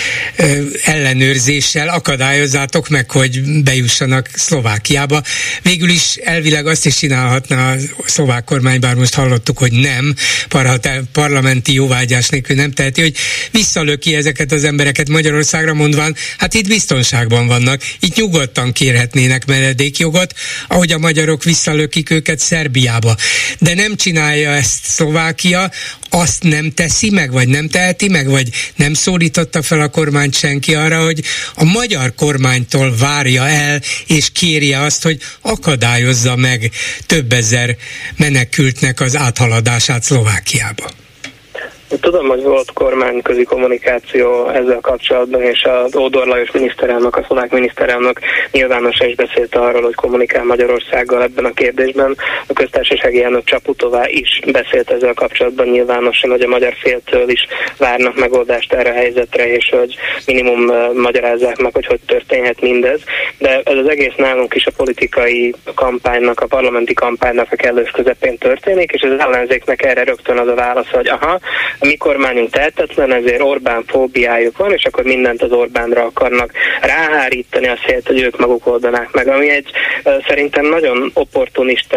ellenőrzéssel akadályozzátok meg, hogy bejussanak Szlovákiába. Végül is elvileg azt is csinálhatna a szlovák kormány, bár most hallottuk, hogy nem, parlamenti jóvágyás nélkül nem teheti, hogy visszalöki ezeket az embereket Magyarországra, mondván, hát itt biztonságban vannak, itt nyugodtan kérhetnének menedékjogot, ahogy a magyarok visszalökik őket Szerbiába. De nem csinálja ezt Szlovákia, azt nem teszi meg, vagy nem teheti meg, vagy nem szólította fel a kormányt senki arra, hogy a magyar kormánytól várja el, és kérje azt, hogy akadályozza meg több ezer menekültnek az áthaladását Szlovákiába. Tudom, hogy volt kormányközi kommunikáció ezzel kapcsolatban, és az Ódor Lajos miniszterelnök, a szlovák miniszterelnök nyilvánosan is beszélt arról, hogy kommunikál Magyarországgal ebben a kérdésben. A köztársasági elnök Csaputová is beszélt ezzel kapcsolatban nyilvánosan, hogy a magyar féltől is várnak megoldást erre a helyzetre, és hogy minimum magyarázzák meg, hogy történhet mindez. De ez az egész nálunk is a politikai kampánynak, a parlamenti kampánynak a kellős közepén történik, és az ellenzéknek erre rögtön az a válasz, hogy aha, a mi kormányunk tehetetlen, ezért Orbán fóbiájuk van, és akkor mindent az Orbánra akarnak ráhárítani, azt helyett, hogy ők maguk oldanák meg, ami egy szerintem nagyon opportunista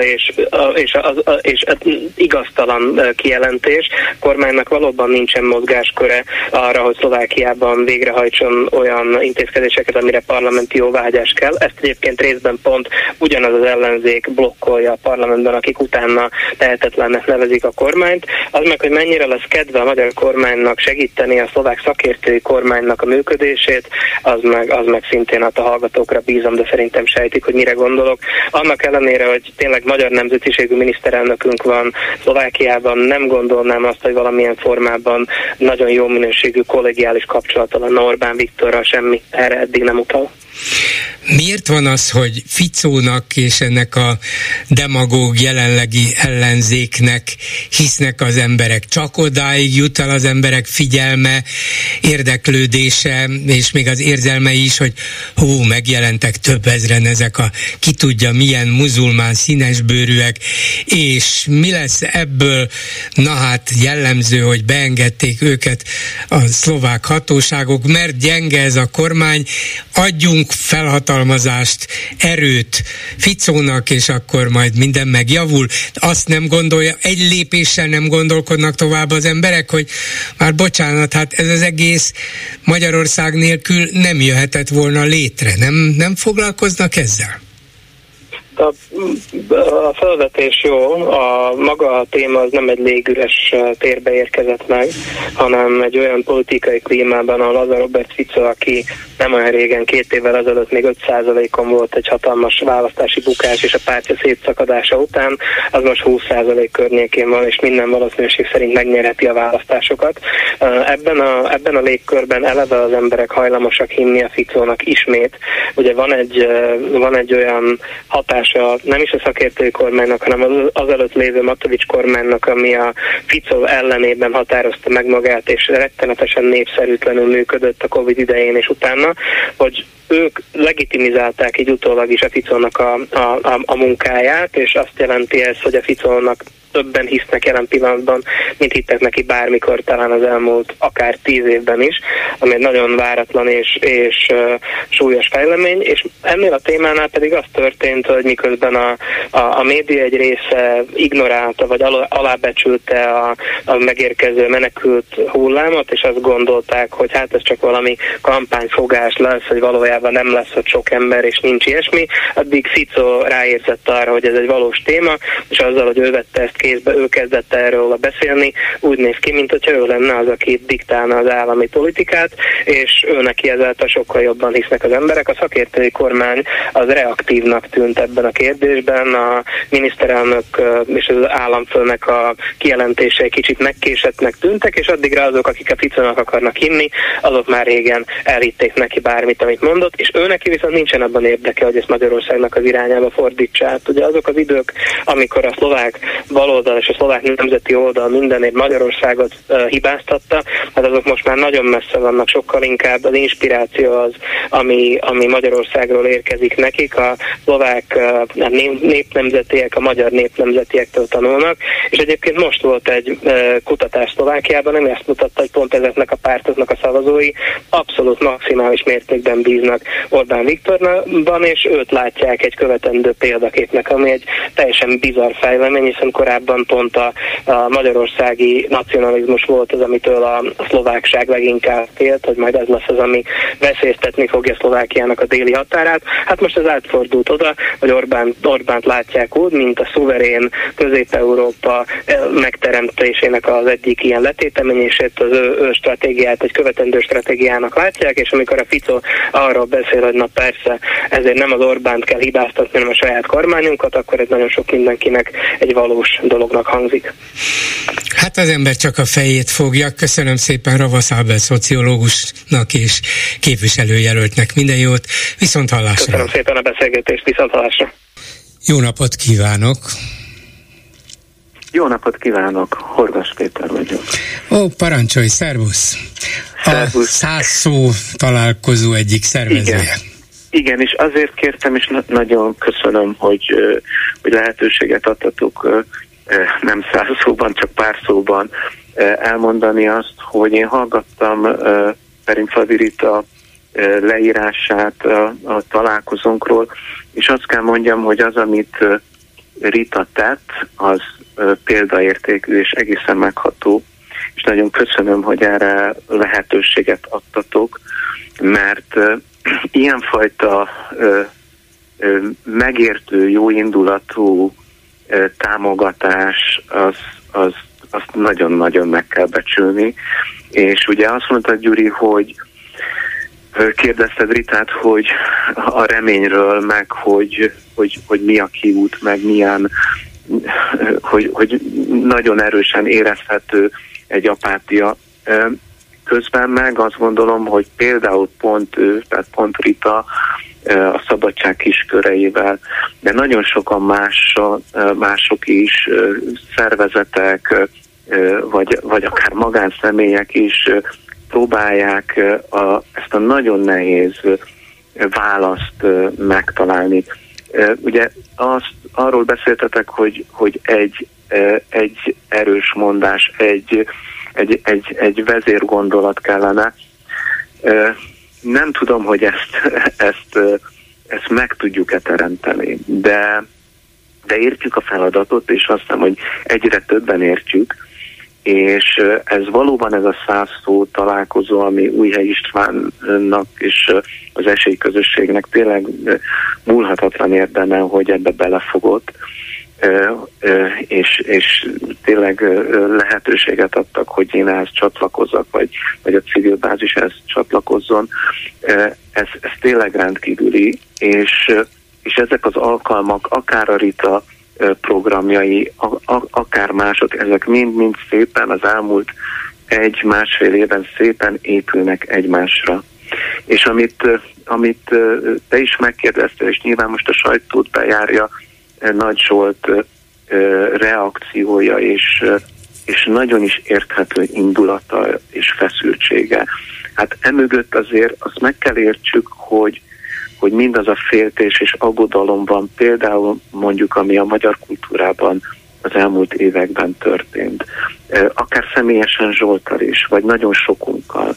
és igaztalan kijelentés. A kormánynak valóban nincsen mozgásköre arra, hogy Szlovákiában végrehajtson olyan intézkedéseket, amire parlamenti jóváhagyás kell. Ezt egyébként részben pont ugyanaz az ellenzék blokkolja a parlamentben, akik utána tehetetlennek nevezik a kormányt. Az meg, hogy mennyire lesz kedve a magyar kormánynak segíteni a szlovák szakértői kormánynak a működését, az meg szintén a hallgatókra bízom, de szerintem sejtik, hogy mire gondolok. Annak ellenére, hogy tényleg magyar nemzetiségű miniszterelnökünk van Szlovákiában, nem gondolnám azt, hogy valamilyen formában nagyon jó minőségű kollegiális kapcsolata lenne Orbán Viktorral, semmi erre eddig nem utal. Miért van az, hogy Ficónak és ennek a demagóg jelenlegi ellenzéknek hisznek az emberek? Csak odáig jut el az emberek figyelme, érdeklődése, és még az érzelmei is, hogy megjelentek több ezren ezek a ki tudja milyen muzulmán színesbőrűek, és mi lesz ebből? Na hát jellemző, hogy beengedték őket a szlovák hatóságok, mert gyenge ez a kormány, adjunk felhatalmazást, erőt Ficónak, és akkor majd minden megjavul. Azt nem gondolja, egy lépéssel nem gondolkodnak tovább az emberek, hogy már bocsánat, hát ez az egész Magyarország nélkül nem jöhetett volna létre. Nem foglalkoznak ezzel? A felvetés jó, maga a téma az nem egy légüres térbe érkezett meg, hanem egy olyan politikai klímában, ahol az a Robert Fico, aki nem olyan régen, 2 évvel ezelőtt még 5%-on volt egy hatalmas választási bukás és a pártja szétszakadása után, az most 20% környékén van, és minden valószínűség szerint megnyerheti a választásokat. Ebben a légkörben eleve az emberek hajlamosak hinni a Ficónak ismét. Ugye van egy olyan hatás nem is a szakértői kormánynak, hanem az előtt lévő Matovics kormánynak, ami a Fico ellenében határozta meg magát, és rettenetesen népszerűtlenül működött a Covid idején és utána, hogy ők legitimizálták így utólag is a Ficónak a munkáját, és azt jelenti ez, hogy a Ficónak többen hisznek jelen pillanatban, mint hittek neki bármikor, talán az elmúlt akár 10 évben is, ami egy nagyon váratlan és súlyos fejlemény, és ennél a témánál pedig az történt, hogy miközben a média egy része ignorálta, vagy alábecsülte a megérkező menekült hullámot, és azt gondolták, hogy hát ez csak valami kampányfogás lesz, hogy valójában valójában nem lesz ott sok ember, és nincs ilyesmi, addig Fico ráérzett arra, hogy ez egy valós téma, és azzal, hogy ő vette ezt kézbe, ő kezdett erről beszélni, úgy néz ki, mint hogyha ő lenne az, aki diktálna az állami politikát, és ő neki ezáltal sokkal jobban hisznek az emberek. A szakértői kormány az reaktívnak tűnt ebben a kérdésben, a miniszterelnök és az államfőnek a kijelentései kicsit megkésettnek tűntek, és addigra azok, akik a Ficónak akarnak hinni, azok már régen elhitték neki bármit, amit mondott, és ő neki viszont nincsen abban érdeke, hogy ezt Magyarországnak az irányába fordítsa. Hát ugye azok az idők, amikor a szlovák baloldal és a szlovák nemzeti oldal mindenért Magyarországot hibáztatta, hát azok most már nagyon messze vannak, sokkal inkább az inspiráció az, ami Magyarországról érkezik nekik, a szlovák népnemzetiek a magyar népnemzetiektől tanulnak, és egyébként most volt egy kutatás Szlovákiában, ami azt mutatta, hogy pont ezeknek a pártoknak a szavazói abszolút maximális mértékben bíznak Orbán Viktorban, és őt látják egy követendő példaképnek, ami egy teljesen bizarr fejlemény, hiszen korábban pont a magyarországi nacionalizmus volt az, amitől a szlovákság leginkább félt, hogy majd ez lesz az, ami veszélyeztetni fogja Szlovákiának a déli határát. Hát most ez átfordult oda, hogy Orbánt látják úgy, mint a szuverén Közép-Európa megteremtésének az egyik ilyen letéteményését, az ő stratégiát, egy követendő stratégiának látják, és amikor a Fico arról beszél, hogy na persze, ezért nem az Orbánt kell hibáztatni, hanem a saját kormányunkat, akkor ez nagyon sok mindenkinek egy valós dolognak hangzik. Hát az ember csak a fejét fogja. Köszönöm szépen Ravasz Ábel szociológusnak és képviselőjelöltnek minden jót. Viszont hallásra. Köszönöm szépen a beszélgetést, viszont hallásra. Jó napot kívánok! Jó napot kívánok, Horgas Péter vagyok. Ó, parancsolj, szervusz! A 100 szó találkozó egyik szervezője. Igen, és azért kértem, és nagyon köszönöm, hogy lehetőséget adtatok nem 100 szóban, csak pár szóban elmondani azt, hogy én hallgattam Ferencvádi Rita leírását a találkozónkról, és azt kell mondjam, hogy az, amit Rita tett, az példaértékű és egészen megható, és nagyon köszönöm, hogy erre lehetőséget adtatok, mert ilyenfajta megértő, jóindulatú támogatás, azt nagyon-nagyon meg kell becsülni. És ugye azt mondta Gyuri, hogy kérdezted Ritát, hogy a reményről, meg hogy mi a kiút, meg milyen, hogy nagyon erősen érezhető egy apátia. Közben meg azt gondolom, hogy például pont ő, tehát pont Rita a szabadság kisköreivel, de nagyon sokan mások is, szervezetek, vagy akár magánszemélyek is próbálják ezt a nagyon nehéz választ megtalálni. Ugye arról beszéltetek, hogy egy erős mondás, egy vezérgondolat kellene. Nem tudom, hogy ezt meg tudjuk-e teremteni, de értjük a feladatot, és azt hiszem, hogy egyre többen értjük, és ez valóban ez a 100 szó találkozó, ami Újhely Istvánnak és az esélyközösségnek tényleg múlhatatlan érdeme, hogy ebbe belefogott, és tényleg lehetőséget adtak, hogy én ehhez csatlakozzak, vagy a civil bázis ehhez csatlakozzon. Ez tényleg rendkívüli, és ezek az alkalmak, akár a Rita programjai, akár mások, ezek mind szépen az elmúlt 1-1,5 évben szépen épülnek egymásra. És amit te is megkérdeztél, és nyilván most a sajtót bejárja Nagy Zsolt reakciója, és nagyon is érthető indulata és feszültsége. Hát emögött azért azt meg kell értsük, hogy mindaz a féltés és aggodalom van, például mondjuk, ami a magyar kultúrában az elmúlt években történt. Akár személyesen Zsolttal is, vagy nagyon sokunkkal.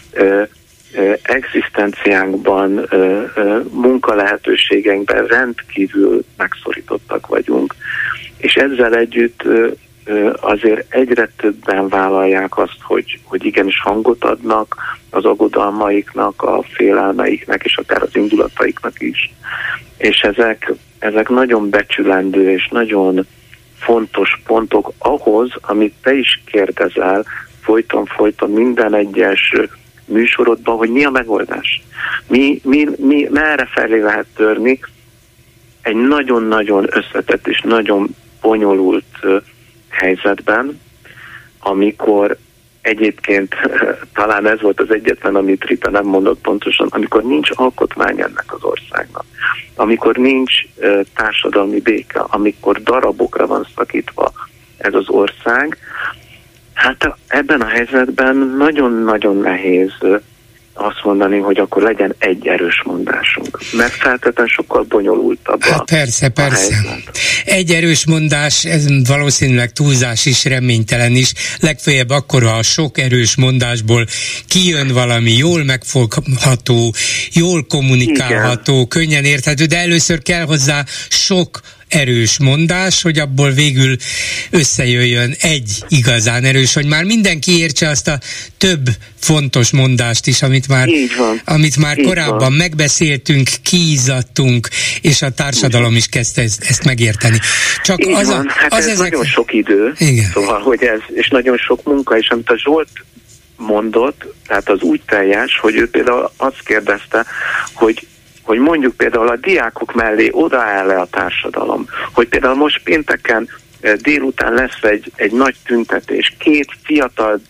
Egzisztenciánkban, munkalehetőségeinkben rendkívül megszorítottak vagyunk. És ezzel együtt azért egyre többen vállalják azt, hogy igenis hangot adnak, az aggodalmaiknak, a félelmeiknek, és akár az indulataiknak is. És ezek nagyon becsülendő és nagyon fontos pontok ahhoz, amit te is kérdezel folyton minden egyes műsorodban, hogy mi a megoldás. Merre felé lehet törni egy nagyon-nagyon összetett és nagyon bonyolult helyzetben, amikor egyébként talán ez volt az egyetlen, amit Rita nem mondott pontosan, amikor nincs alkotmány ennek az országnak, amikor nincs társadalmi béke, amikor darabokra van szakítva ez az ország, hát ebben a helyzetben nagyon-nagyon nehéz azt mondani, hogy akkor legyen egy erős mondásunk. Mert feltétlenül sokkal bonyolultabb persze. A helyzet. Egy erős mondás, ez valószínűleg túlzás is, reménytelen is. Legfeljebb akkor, ha a sok erős mondásból kijön valami jól megfogható, jól kommunikálható, igen, könnyen érthető, de először kell hozzá sok erős mondás, hogy abból végül összejöjjön egy igazán erős, hogy már mindenki értse azt a több fontos mondást is, amit már korábban megbeszéltünk, kiizzadtunk, és a társadalom is kezdte ezt megérteni. Csak így van. Ez nagyon sok idő, igen. Szóval, hogy ez, és nagyon sok munka, és amit a Zsolt mondott, tehát az úgy teljes, hogy ő például azt kérdezte, hogy mondjuk például a diákok mellé odaáll-e a társadalom, hogy például most pénteken délután lesz egy nagy tüntetés, 2 fiatal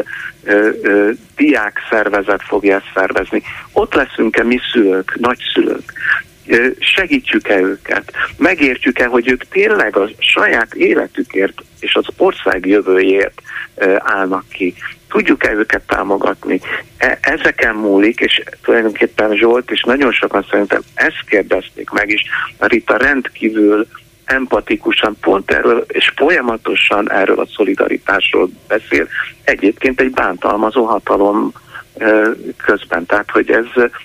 diák szervezet fogja ezt szervezni. Ott leszünk-e mi szülők, nagyszülők? Segítjük-e őket? Megértjük-e, hogy ők tényleg a saját életükért és az ország jövőjéért állnak ki? Tudjuk-e őket támogatni? Ezeken múlik, és tulajdonképpen Zsolt, és nagyon sokan szerintem ezt kérdezték meg is, a Rita rendkívül empatikusan pont erről, és folyamatosan erről a szolidaritásról beszél, egyébként egy bántalmazó hatalom közben. Tehát, hogy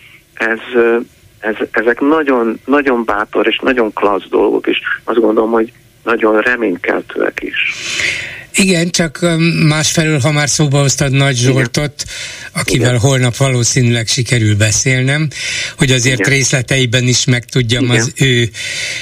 ezek nagyon, nagyon bátor és nagyon klassz dolgok, és azt gondolom, hogy nagyon reménykeltőek is. Igen, csak másfelől, ha már szóba hoztad Nagy Zsoltot, akivel holnap valószínűleg sikerül beszélnem, hogy azért részleteiben is megtudjam az ő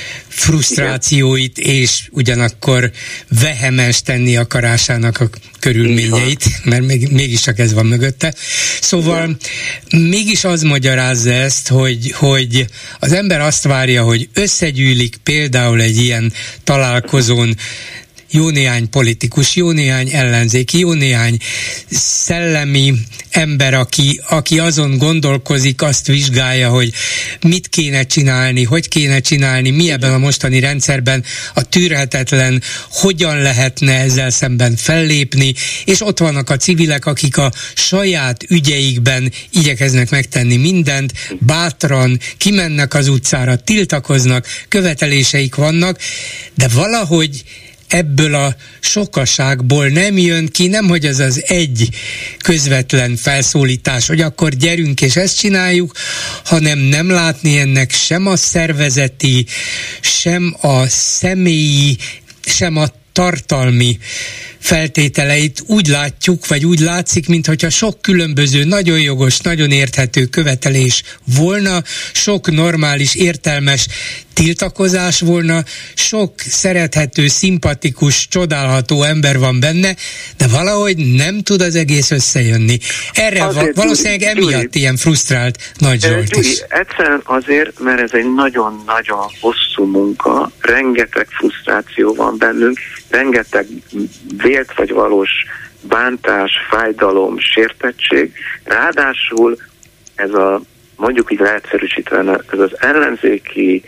frusztrációit, és ugyanakkor vehemens tenni akarásának a körülményeit, mert mégiscsak ez van mögötte. Szóval mégis az magyarázza ezt, hogy az ember azt várja, hogy összegyűlik például egy ilyen találkozón jó néhány politikus, jó néhány ellenzéki, jó néhány szellemi ember, aki azon gondolkozik, azt vizsgálja, hogy mit kéne csinálni, hogy kéne csinálni, mi ebben a mostani rendszerben a tűrhetetlen, hogyan lehetne ezzel szemben fellépni, és ott vannak a civilek, akik a saját ügyeikben igyekeznek megtenni mindent, bátran kimennek az utcára, tiltakoznak, követeléseik vannak, de valahogy ebből a sokaságból nem jön ki, nemhogy az egy közvetlen felszólítás, hogy akkor gyerünk és ezt csináljuk, hanem nem látni ennek sem a szervezeti, sem a személyi, sem a tartalmi feltételeit úgy látjuk, vagy úgy látszik, mintha sok különböző, nagyon jogos, nagyon érthető követelés volna, sok normális, értelmes tiltakozás volna, sok szerethető, szimpatikus, csodálható ember van benne, de valahogy nem tud az egész összejönni. Erre valószínűleg emiatt ilyen frusztrált Nagy Zsolt is. Egyszerűen azért, mert ez egy nagyon-nagyon hosszú munka, rengeteg frusztráció van bennünk, rengeteg vélt vagy valós bántás, fájdalom, sértettség, ráadásul ez a, mondjuk így leegyszerűsítve, ez az ellenzéki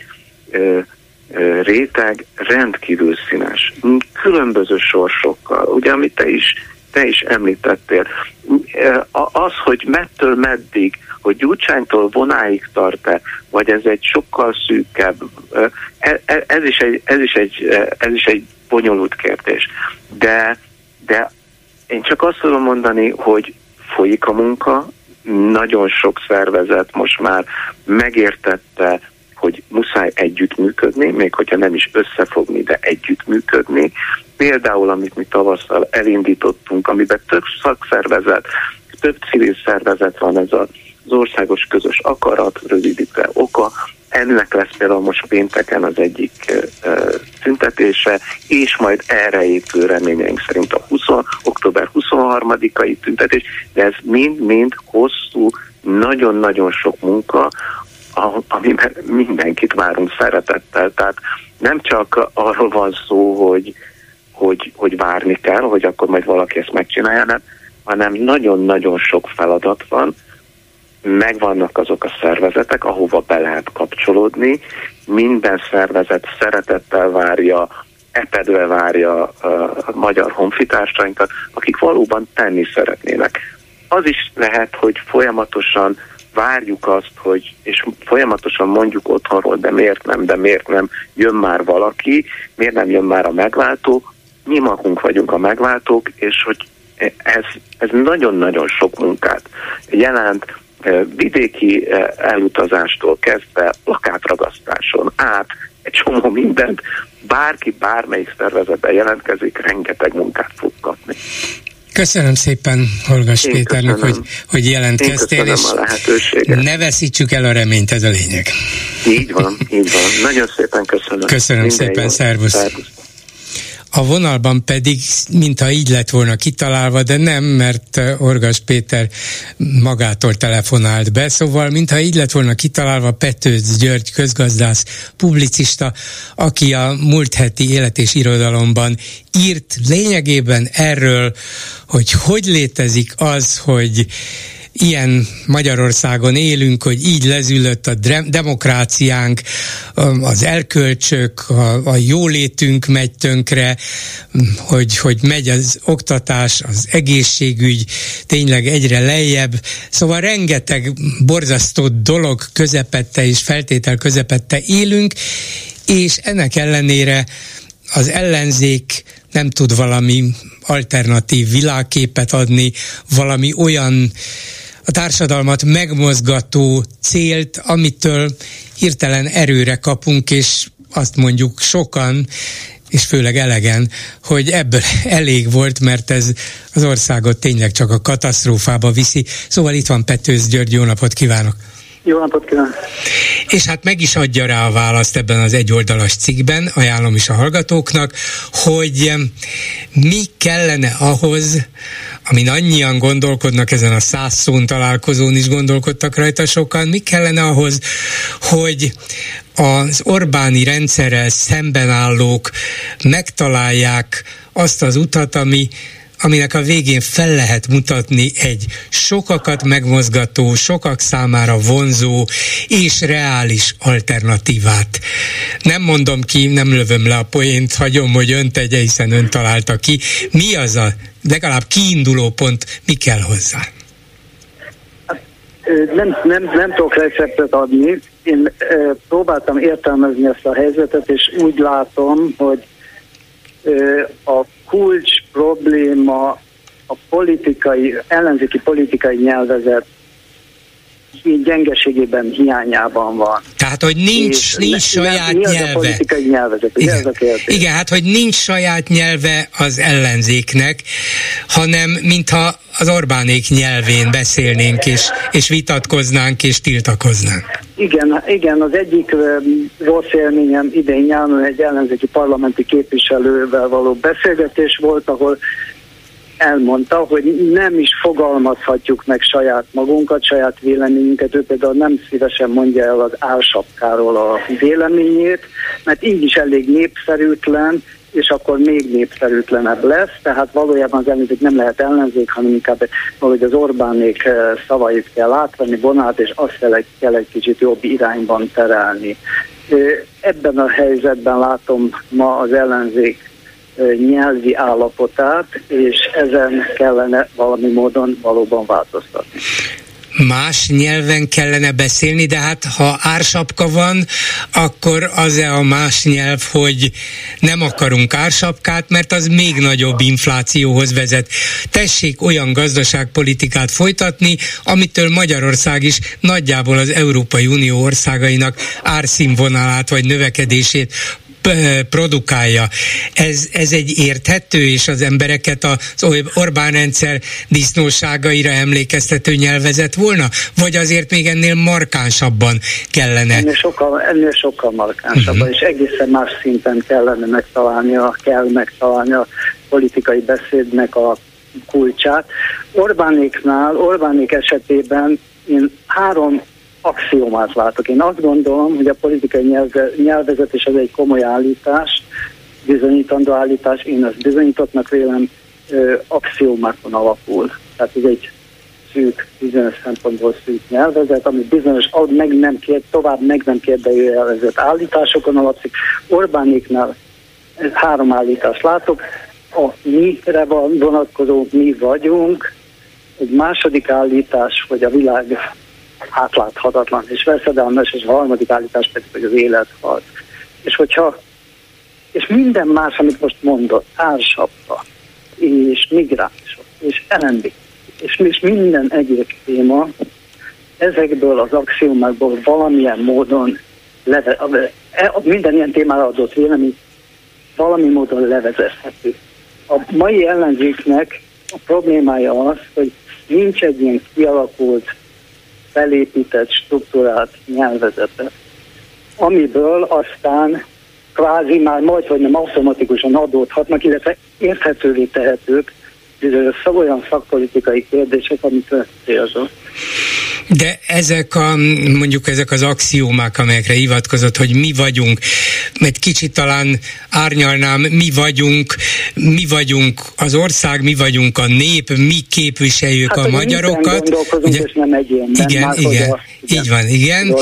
réteg rendkívül színes, különböző sorsokkal, ugye, amit te is említettél. Az, hogy mettől meddig, hogy Gyurcsánytól Vonáig tart-e, vagy ez egy sokkal szűkebb, ez is egy bonyolult kérdés. De én csak azt tudom mondani, hogy folyik a munka, nagyon sok szervezet most már megértette, hogy muszáj együttműködni, még hogyha nem is összefogni, de együttműködni. Például, amit mi tavasszal elindítottunk, amiben több szakszervezet, több civil szervezet van, ez az országos közös akarat, rövidítve OKA. Ennek lesz például most pénteken az egyik tüntetése, és majd erre épül reményeink szerint a október 23-ai tüntetés, de ez mind-mind hosszú, nagyon-nagyon sok munka, amiben mindenkit várunk szeretettel. Tehát nem csak arról van szó, hogy várni kell, hogy akkor majd valaki ezt megcsinálja, hanem nagyon-nagyon sok feladat van, megvannak azok a szervezetek, ahova be lehet kapcsolódni, minden szervezet szeretettel várja, epedve várja a magyar honfitársainkat, akik valóban tenni szeretnének. Az is lehet, hogy folyamatosan várjuk azt, és folyamatosan mondjuk otthonról, de miért nem jön már valaki, miért nem jön már a megváltó, mi magunk vagyunk a megváltók, és hogy ez nagyon-nagyon sok munkát jelent, vidéki elutazástól kezdve plakátragasztáson át, egy csomó mindent, bárki bármelyik szervezetben jelentkezik, rengeteg munkát fog kapni. Köszönöm szépen Horgas Péternek, hogy jelentkeztél, és ne veszítsük el a reményt, ez a lényeg. Így van. Nagyon szépen köszönöm. Köszönöm szépen, szervusz. A vonalban pedig, mintha így lett volna kitalálva, de nem, mert Horgas Péter magától telefonált be, szóval mintha így lett volna kitalálva Petőz György közgazdász, publicista, aki a múlt heti Élet és Irodalomban írt lényegében erről, hogy létezik az, hogy ilyen Magyarországon élünk, hogy így lezülött a demokráciánk, az erkölcsök, a jólétünk megy tönkre, hogy megy az oktatás, az egészségügy tényleg egyre lejjebb. Szóval rengeteg borzasztó dolog közepette és feltétel közepette élünk, és ennek ellenére az ellenzék nem tud valami alternatív világképet adni, valami olyan a társadalmat megmozgató célt, amitől hirtelen erőre kapunk, és azt mondjuk sokan, és főleg elegen, hogy ebből elég volt, mert ez az országot tényleg csak a katasztrófába viszi. Szóval itt van Petőz György, jó napot kívánok! Jó napot kívánok! És hát meg is adja rá a választ ebben az egyoldalas cikkben, ajánlom is a hallgatóknak, hogy mi kellene ahhoz, amin annyian gondolkodnak ezen a 100 szón találkozón is gondolkodtak rajta sokan, mi kellene ahhoz, hogy az Orbáni rendszerrel szemben állók megtalálják azt az utat, aminek a végén fel lehet mutatni egy sokakat megmozgató, sokak számára vonzó és reális alternatívát. Nem mondom ki, nem lövöm le a poént, hagyom, hogy ön tegye, hiszen ön találta ki. Mi az a legalább kiinduló pont, mi kell hozzá? Nem tudok receptet adni. Én próbáltam értelmezni ezt a helyzetet, és úgy látom, hogy a kulcs probléma a ellenzéki politikai nyelvezet gyengeségében, hiányában van. Tehát, hogy nincs saját nyelve. Mi az a politikai nyelvezet? Igen. Ez a kérdés. Igen, hát, hogy nincs saját nyelve az ellenzéknek, hanem mintha az Orbánék nyelvén beszélnénk, és vitatkoznánk, és tiltakoznánk. Igen, az egyik rossz élményem idén nyáron egy ellenzéki parlamenti képviselővel való beszélgetés volt, ahol elmondta, hogy nem is fogalmazhatjuk meg saját magunkat, saját véleményünket. Ő például nem szívesen mondja el az álsapkáról a véleményét, mert így is elég népszerűtlen, és akkor még népszerűtlenebb lesz. Tehát valójában az ellenzék nem lehet ellenzék, hanem inkább valahogy az Orbánék szavait kell átvenni, vonát, és azt kell egy kicsit jobb irányban terelni. Ebben a helyzetben látom ma az ellenzék nyelvi állapotát, és ezen kellene valami módon valóban változtatni. Más nyelven kellene beszélni, de hát ha ársapka van, akkor az-e a más nyelv, hogy nem akarunk ársapkát, mert az még nagyobb inflációhoz vezet. Tessék olyan gazdaságpolitikát folytatni, amitől Magyarország is nagyjából az Európai Unió országainak árszínvonalát vagy növekedését produkálja. Ez egy érthető, és az embereket az Orbán rendszer disznóságaira emlékeztető nyelvezet volna? Vagy azért még ennél markánsabban kellene? Ennél sokkal markánsabban, és egészen más szinten kellene megtalálni a politikai beszédnek a kulcsát. Orbánék esetében én 3 axiómát látok. Én azt gondolom, hogy a politikai nyelvezetés az egy komoly állítás, bizonyítandó állítás, én ezt bizonyítottnak vélem, axiómákon alapul. Tehát ez egy szűk, bizonyos szempontból szűk nyelvezet, ami bizonyos tovább meg nem kérdőjelezett állításokon alapszik. Orbánéknál 3 állítást látok. A mire vonatkozó mi vagyunk, egy második állítás, hogy a világ átláthatatlan és veszedelmes, és a harmadik állítás pedig, hogy az élet halt. És minden más, amit most mondott, ársapka, és migránsok, és LMB, és minden egyéb téma, ezekből az axiómákból valamilyen módon minden ilyen témára adott vélemény valami módon levezethető. A mai ellenzéknek a problémája az, hogy nincs egy ilyen kialakult, felépített, struktúrált nyelvezete, amiből aztán kvázi már majdhogy nem automatikusan adódhatnak, illetve érthetővé tehetők bizonyos olyan szakpolitikai kérdések, amit célzol. De ezek az axiómák, amelyekre hivatkozott, hogy mi vagyunk, mert kicsit talán árnyalnám, mi vagyunk az ország, mi vagyunk a nép, mi képviseljük a magyarokat. Ugye, és nem egyénben. Igen. Így van, igen.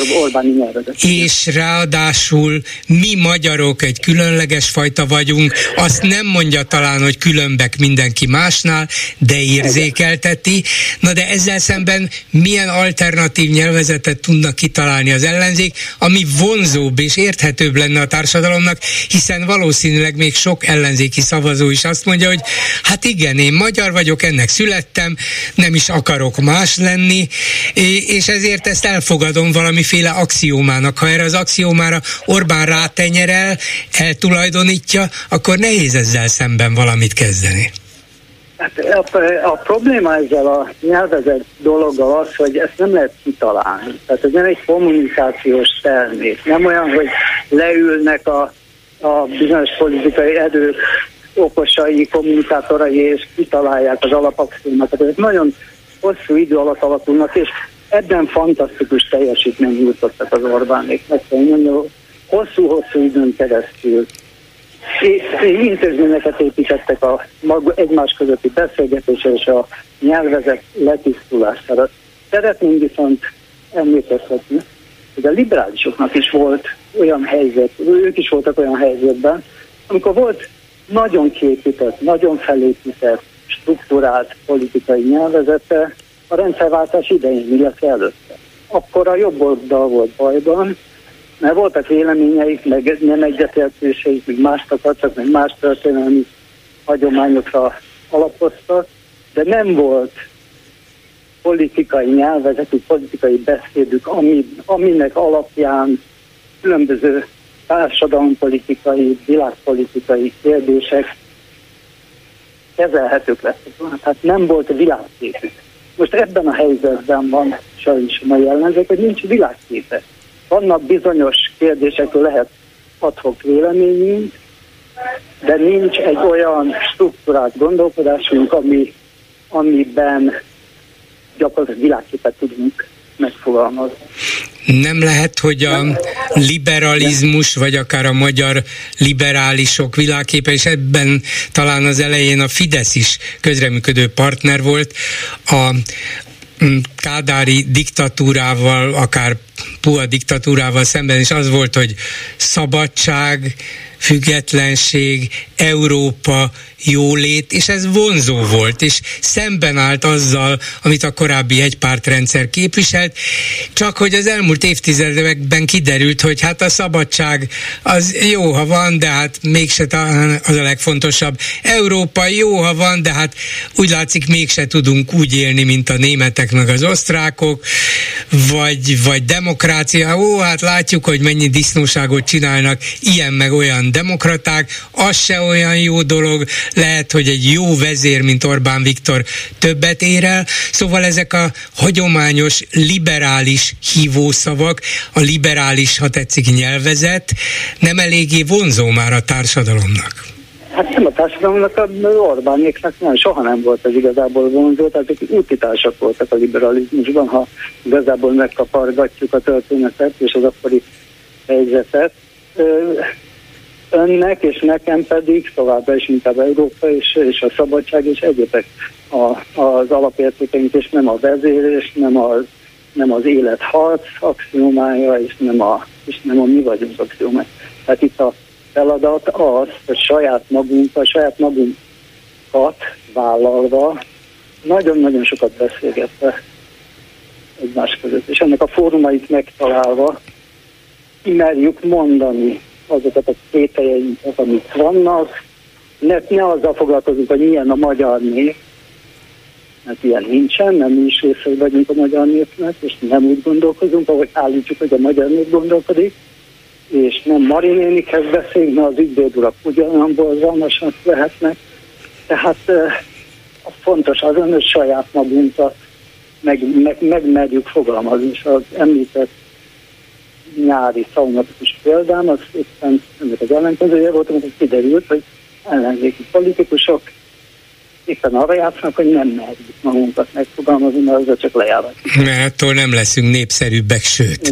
És ráadásul mi magyarok egy különleges fajta vagyunk, azt nem mondja talán, hogy különbek mindenki másnál, de érzékelteti. Na de ezzel szemben milyen alternatív nyelvezetet tudnak kitalálni az ellenzék, ami vonzóbb és érthetőbb lenne a társadalomnak, hiszen valószínűleg még sok ellenzéki szavazó is azt mondja, hogy hát igen, én magyar vagyok, ennek születtem, nem is akarok más lenni, és ezért ezt elfogadom valamiféle axiómának. Ha erre az axiómára Orbán rátenyerel, eltulajdonítja, akkor nehéz ezzel szemben valamit kezdeni. A probléma ezzel a nyelvezet dologgal az, hogy ezt nem lehet kitalálni. Tehát ez nem egy kommunikációs termék. Nem olyan, hogy leülnek a bizonyos politikai erők okosai, kommunikátorai, és kitalálják az alapaxiómat. Ez nagyon hosszú idő alatt alakulnak, és ebben fantasztikus teljesítményt nyújtottak az Orbánék. Hosszú-hosszú időn keresztül. Intézményeket építettek a egymás közötti beszélgetésre és a nyelvezet letisztulására. Szeretném viszont emlékeztetni, hogy a liberálisoknak is volt olyan helyzet, ők is voltak olyan helyzetben, amikor volt nagyon kiépített, nagyon felépített, struktúrált politikai nyelvezete a rendszerváltás idején, illetve előtte. Akkor a jobb oldal volt bajban, mert voltak véleményeik, meg nem egyetértéseik, meg mást akartak, meg más történelmi hagyományokra alapoztak, de nem volt politikai nyelvezetű, politikai beszédük, aminek alapján különböző társadalompolitikai, világpolitikai kérdések kezelhetők lettek. Tehát nem volt világképük. Most ebben a helyzetben van sajnos a mai ellenzék, hogy nincs világképe. Vannak bizonyos kérdésekről lehet ad-hoc véleményünk, de nincs egy olyan struktúrált gondolkodásunk, amiben gyakorlatilag világképet tudunk megfogalmazni. Nem lehet, hogy a liberalizmus, vagy akár a magyar liberálisok világképe, és ebben talán az elején a Fidesz is közreműködő partner volt, a kádári diktatúrával, akár puha diktatúrával szemben is az volt, hogy szabadság, függetlenség, Európa, jólét, és ez vonzó volt, és szemben állt azzal, amit a korábbi egypártrendszer képviselt, csak hogy az elmúlt évtizedekben kiderült, hogy hát a szabadság az jó, ha van, de hát mégse az a legfontosabb. Európa jó, ha van, de hát úgy látszik, mégse tudunk úgy élni, mint a németek meg az osztrákok, vagy demokrácia, hát látjuk, hogy mennyi disznóságot csinálnak ilyen meg olyan demokraták, az se olyan jó dolog, lehet, hogy egy jó vezér, mint Orbán Viktor többet ér el, szóval ezek a hagyományos liberális hívószavak, a liberális, ha tetszik, nyelvezet nem eléggé vonzó már a társadalomnak. Hát nem a társadalomnak, a Orbánéknak soha nem volt ez igazából vonzó, tehát ők útitársak voltak a liberalizmusban, ha igazából megkapargatjuk a történetet és az akkori helyzetet. Önnek és nekem pedig továbbra is inkább Európa és a szabadság és egyetek az alapértékeink, és nem a vezérés, nem az életharc axiomája, és nem a mi vagyunk axiomája. Tehát itt a feladat az, hogy saját magunkat vállalva, nagyon-nagyon sokat beszélgetve egymás között, és ennek a fórumait megtalálva kimerjük mondani azokat a tételjeinket, amik vannak. Ne azzal foglalkozunk, hogy milyen a magyar nép, mert ilyen nincsen, nem mi is részei vagyunk a magyar népnek, és nem úgy gondolkozunk, ahogy állítjuk, hogy a magyar nép gondolkodik, és nem Mari nénikhez beszélünk, mert az ügyvédurak ugyanolyan borzalmasak lehetnek. Tehát fontos az, hogy saját magunkat megmerjük fogalmazni, és az említett nyári szaunatikus példám, az éppen ennek az ellenkezője volt, amikor kiderült, hogy ellenzéki politikusok éppen arra játszanak, hogy nem merjük magunkat megfogalmazni, mert azzal csak lejáratjuk. Mert attól nem leszünk népszerűbbek, sőt.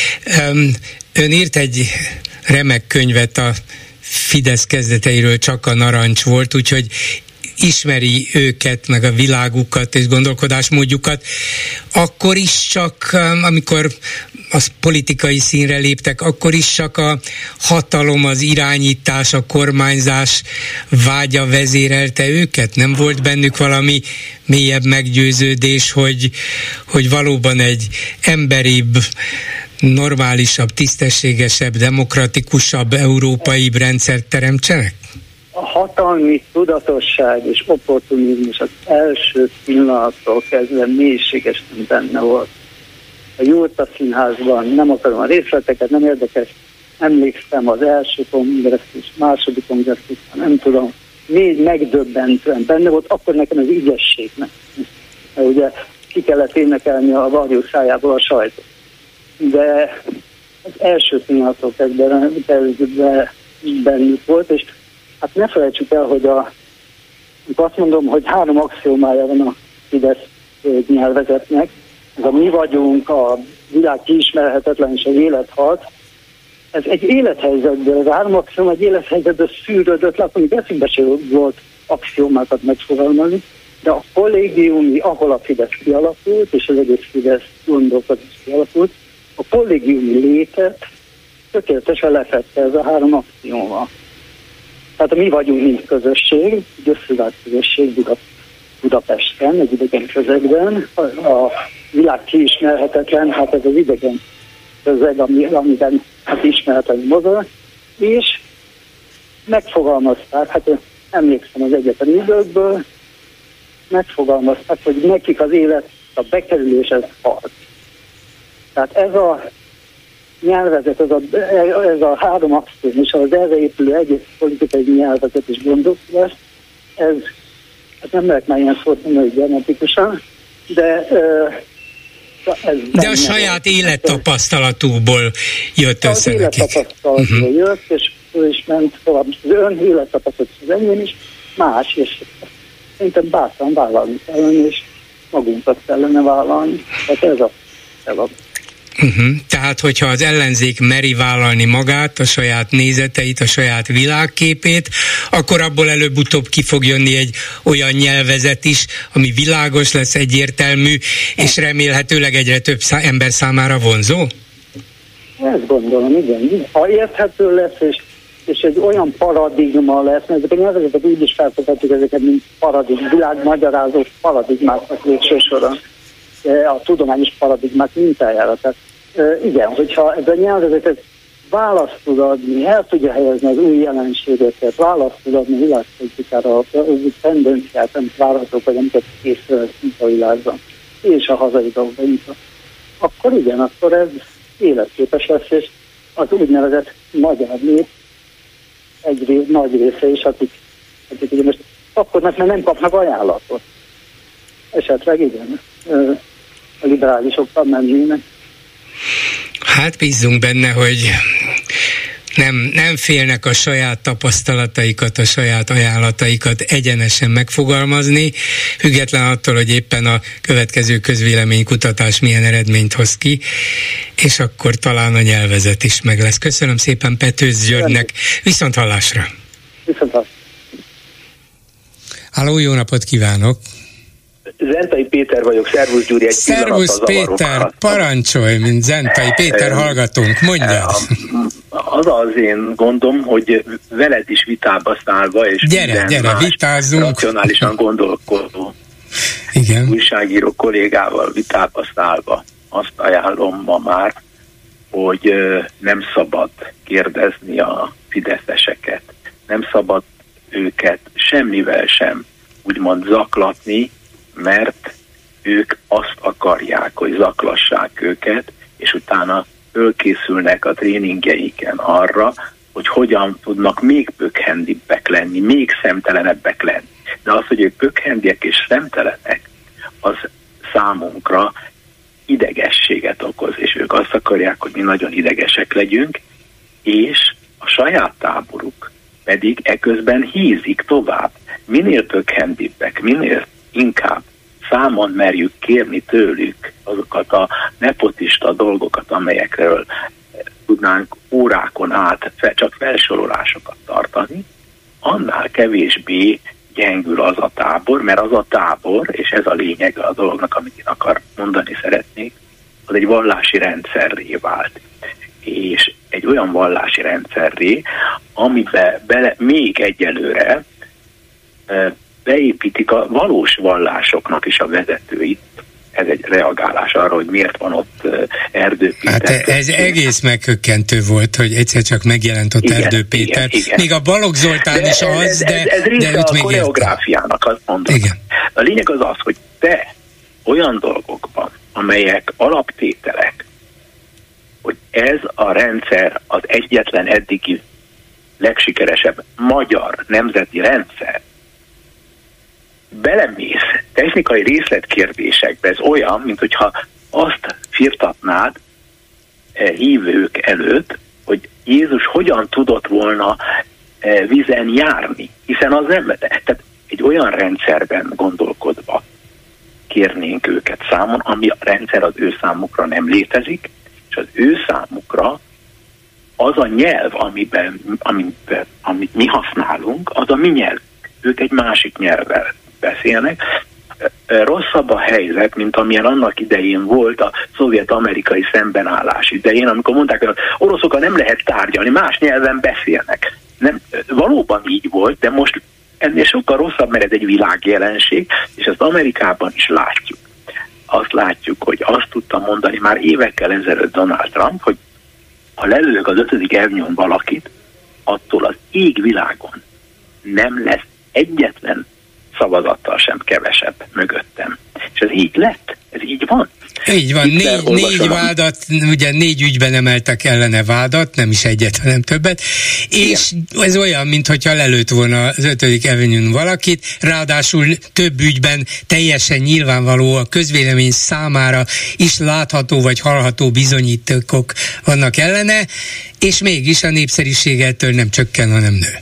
Ön írt egy remek könyvet a Fidesz kezdeteiről, Csak a narancs volt, úgyhogy ismeri őket, meg a világukat és gondolkodásmódjukat. Akkor is csak, amikor az politikai színre léptek, akkor is csak a hatalom, az irányítás, a kormányzás vágya vezérelte őket? Nem volt bennük valami mélyebb meggyőződés, hogy valóban egy emberibb, normálisabb, tisztességesebb, demokratikusabb, európai rendszert teremtsenek? A hatalmi tudatosság és opportunizmus az első pillanattól kezdve mélységesen benne volt. A Jurta Színházban, nem akarom a részleteket, nem érdekes, emlékszem az első kongresszus, második kongresszus, nem tudom, még megdöbbentően benne volt, akkor nekem az ügyességnek. Mert ugye ki kellett énekelni a varjú szájából a sajtot. De az első pillanattól kezdve bennük volt, és hát ne felejtsük el, hogy azt mondom, hogy 3 axiomája van a Fidesz nyelvezetnek. Ez a mi vagyunk, a világ kiismerhetetlen és az életharc. Ez egy élethelyzetből, az 3 axiom egy élethelyzetből szűrődött le, akkor eszünkbe se volt axiomákat megfogalmazni, de a kollégiumi, ahol a Fidesz kialakult, és az egész Fidesz gondolkodás kialakult, a kollégiumi létet tökéletesen lefette ez a 3 axióma. Tehát mi vagyunk, mint közösség, egy összezárt közösség Budapesten, egy idegen közegben, a világ kiismerhetetlen, hát ez az idegen közeg, amiben hát ismeretlen mozog, és megfogalmazták, hát emlékszem az egyetemi időkből, megfogalmazták, hogy nekik az élet, a bekerülés ez harc. Tehát ez a nyelvezet, ez a 3 axióm, és az erre épülő egész politikai nyelvezet és gondolkodás, ez nem lehet már ilyen szót mondani, hogy genetikusan, de a saját élettapasztalatúból jött össze nekik. Az élettapasztalatból jött, és ő is ment tovább. Az ön élettapasztalat az enyém is más, és szerintem bátran vállalni kellene, és magunkat kellene vállalni. Tehát ez a feladat. Tehát, hogyha az ellenzék meri vállalni magát, a saját nézeteit, a saját világképét, akkor abból előbb-utóbb ki fog jönni egy olyan nyelvezet is, ami világos lesz, egyértelmű, és remélhetőleg egyre több ember számára vonzó? Ezt gondolom, igen. Ha érthető lesz, és egy olyan paradigma lesz, mert ezek a nyelvezetek úgy is felfoghatjuk ezeket, mint világmagyarázó paradigmáknak végső soron. A tudományos paradigmák mintájára. Tehát igen, hogyha ez a nyelvezetet választ tud adni, el tudja helyezni az új jelenségeket, választ tud adni a világpolitikára, a tendenciát, amit várhatók, vagy amiket készülhetünk a világban, és a hazai dolgainkra, akkor igen, akkor életképes lesz, és az úgynevezett magyar nép nagy része is, akik ugye most kapkodnak, mert nem kapnak ajánlatot. Esetleg igen, a liberálisokkal mennének. Hát bízzunk benne, hogy nem félnek a saját tapasztalataikat, a saját ajánlataikat egyenesen megfogalmazni, független attól, hogy éppen a következő közvéleménykutatás milyen eredményt hoz ki, és akkor talán a nyelvezet is meg lesz. Köszönöm szépen Petőz Györgynek, viszont hallásra! Viszont hallásra! Halló, jó napot kívánok! Zentai Péter vagyok, szervusz Gyuri, egy szervusz Péter, parancsolj, mint Zentai Péter hallgatónk, mondjad! Az az én gondom, hogy veled is vitába szállva, és gyere, vitázzunk. Racionálisan gondolkodó igen. Újságíró kollégával vitába szállva azt ajánlom ma már, hogy nem szabad kérdezni a fideszeseket, nem szabad őket semmivel sem úgymond zaklatni, mert ők azt akarják, hogy zaklassák őket, és utána fölkészülnek a tréningjeiken arra, hogy hogyan tudnak még pökhendibbek lenni, még szemtelenebbek lenni. De az, hogy ők pökhendiek és szemtelenek, az számunkra idegességet okoz, és ők azt akarják, hogy mi nagyon idegesek legyünk, és a saját táboruk pedig eközben hízik tovább. Minél pökhendibbek, minél inkább számon merjük kérni tőlük azokat a nepotista dolgokat, amelyekről tudnánk órákon át csak felsorolásokat tartani, annál kevésbé gyengül az a tábor, mert az a tábor, és ez a lényeg a dolognak, amit én mondani szeretnék, az egy vallási rendszerré vált. És egy olyan vallási rendszerré, amiben még egyelőre beépítik a valós vallásoknak is a vezetőit. Ez egy reagálás arra, hogy miért van ott Erdő Péter. Hát ez egész meghökkentő volt, hogy egyszer csak megjelent ott Erdő Péter. Igen. Még a Balogh Zoltán is az, de ez része a koreográfiának, azt mondom. Igen. A lényeg az az, hogy te olyan dolgokban, amelyek alaptételek, hogy ez a rendszer az egyetlen eddigi legsikeresebb magyar nemzeti rendszer, belemész technikai részletkérdésekbe, ez olyan, mint hogyha azt firtatnád hívők előtt, hogy Jézus hogyan tudott volna vízen járni, hiszen az nem, tehát egy olyan rendszerben gondolkodva kérnénk őket számon, ami a rendszer az ő számukra nem létezik, és az ő számukra az a nyelv, amit mi használunk, az a mi nyelv. Ők egy másik nyelvvel beszélnek. Rosszabb a helyzet, mint amilyen annak idején volt a szovjet-amerikai szembenállás idején, amikor mondták, hogy az oroszokkal nem lehet tárgyalni, más nyelven beszélnek. Nem, valóban így volt, de most ennél sokkal rosszabb, mert ez egy világjelenség, és ezt Amerikában is látjuk. Azt látjuk, hogy azt tudta mondani már évekkel ezelőtt Donald Trump, hogy ha lelőlök az 5. Avenue-n valakit, attól az égvilágon nem lesz egyetlen szavazattal sem kevesebb mögöttem. És ez így lett, ez így van. Így van, négy vádat, ugye 4 ügyben emeltek ellene vádat, nem is egyet, hanem többet, és igen. Ez olyan, mintha lelőtt volna az 5. Avenue-n valakit, ráadásul több ügyben teljesen nyilvánvaló a közvélemény számára is látható vagy hallható bizonyítékok vannak ellene, és mégis a népszerűsége ettől nem csökken, hanem nő.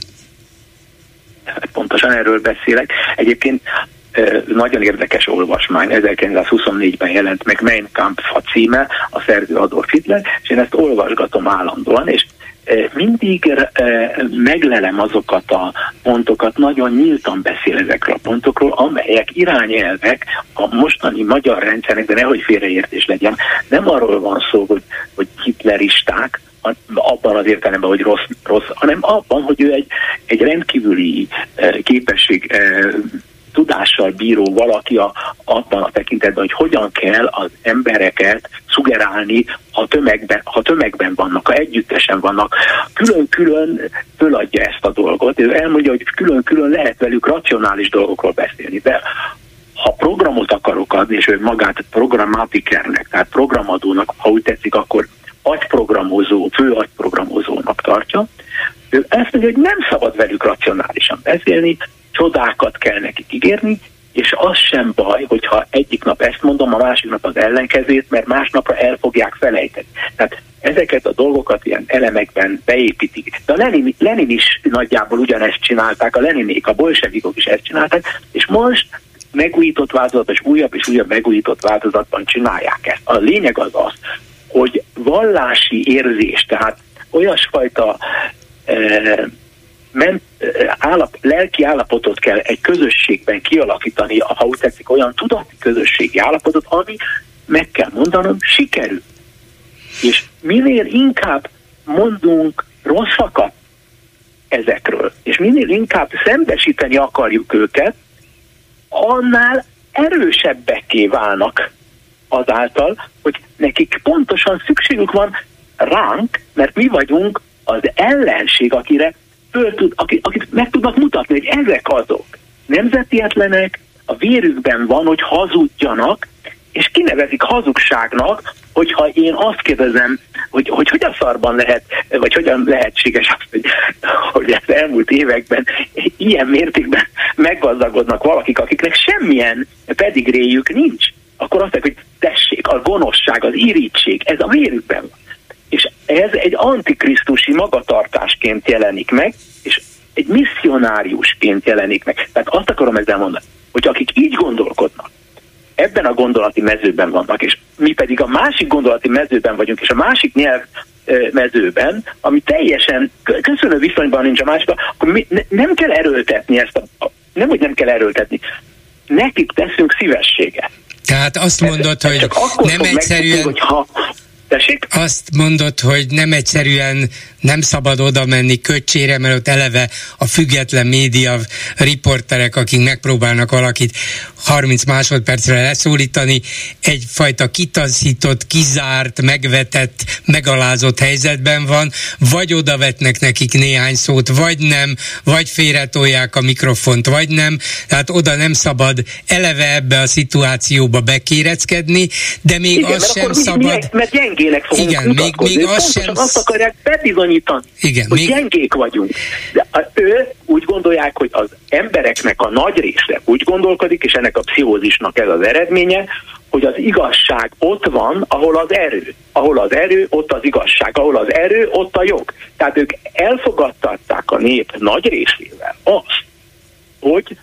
Pontosan erről beszélek. Egyébként nagyon érdekes olvasmány, 1924-ben jelent meg Mein Kampf a címe, a szerző Adolf Hitler, és én ezt olvasgatom állandóan, és mindig meglelem azokat a pontokat, nagyon nyíltan beszél ezekről a pontokról, amelyek irányelvek a mostani magyar rendszernek, de nehogy félreértés legyen, nem arról van szó, hogy hitleristák, abban az értelemben, hogy rossz, hanem abban, hogy ő egy rendkívüli képesség, tudással bíró valaki abban a tekintetben, hogy hogyan kell az embereket szugerálni, ha tömegben vannak, ha együttesen vannak. Külön-külön föladja ezt a dolgot. Ő elmondja, hogy külön-külön lehet velük racionális dolgokról beszélni, de ha programot akarok adni, és ő magát programmatikernek, tehát programadónak, ha úgy tetszik, akkor fő agyprogramozónak tartja, ő ezt mondja, hogy nem szabad velük racionálisan beszélni, csodákat kell nekik ígérni, és az sem baj, hogyha egyik nap ezt mondom, a másik nap az ellenkezőt, mert másnapra el fogják felejteni. Tehát ezeket a dolgokat ilyen elemekben beépítik. De a Lenin is nagyjából ugyanezt csinálták, a Leninék, a bolsevikok is ezt csinálták, és most megújított változatban, és újabb megújított változatban csinálják ezt. A lényeg az, hogy vallási érzés, tehát olyasfajta lelki állapotot kell egy közösségben kialakítani, ha úgy tetszik, olyan tudati közösségi állapotot, ami, meg kell mondanom, sikerül. És minél inkább mondunk rosszakat ezekről, és minél inkább szembesíteni akarjuk őket, annál erősebbekké válnak azáltal, hogy nekik pontosan szükségük van ránk, mert mi vagyunk az ellenség, akit meg tudnak mutatni, hogy ezek azok nemzetietlenek, a vérükben van, hogy hazudjanak, és kinevezik hazugságnak, hogyha én azt kérdezem, hogy a szarban lehet, vagy hogyan lehetséges az, hogy az elmúlt években ilyen mértékben meggazdagodnak valakik, akiknek semmilyen pedigréjük nincs, akkor azt mondják, hogy tessék, a gonoszság, az irigység, ez a vérükben van. És ez egy antikrisztusi magatartásként jelenik meg, és egy misszionáriusként jelenik meg. Tehát azt akarom ezzel mondani, hogy akik így gondolkodnak, ebben a gondolati mezőben vannak, és mi pedig a másik gondolati mezőben vagyunk, és a másik nyelv mezőben, ami teljesen köszönő viszonyban nincs a másikban, akkor nem kell erőltetni ezt nem, hogy nem kell erőltetni, nekik teszünk szívességet. Tehát azt mondod, hogy nem egyszerűen... Azt mondod, hogy nem egyszerűen nem szabad oda menni Köccsére, mert ott eleve a független média riporterek, akik megpróbálnak valakit 30 másodpercre leszólítani, egyfajta kitaszított, kizárt, megvetett, megalázott helyzetben van, vagy odavetnek nekik néhány szót, vagy nem, vagy félretolják a mikrofont, vagy nem, tehát oda nem szabad eleve ebbe a szituációba bekéreckedni, de még igen, az sem szabad... Mert gyengének fogunk mutatkozni. Még az sem... azt akarják bebizonyítani, igen, hogy gyengék vagyunk. De ő úgy gondolják, hogy az embereknek a nagy része úgy gondolkodik, és ennek a pszichózisnak ez az eredménye, hogy az igazság ott van, ahol az erő. Ahol az erő, ott az igazság. Ahol az erő, ott a jog. Tehát ők elfogadtatták a nép nagy részével azt, hogy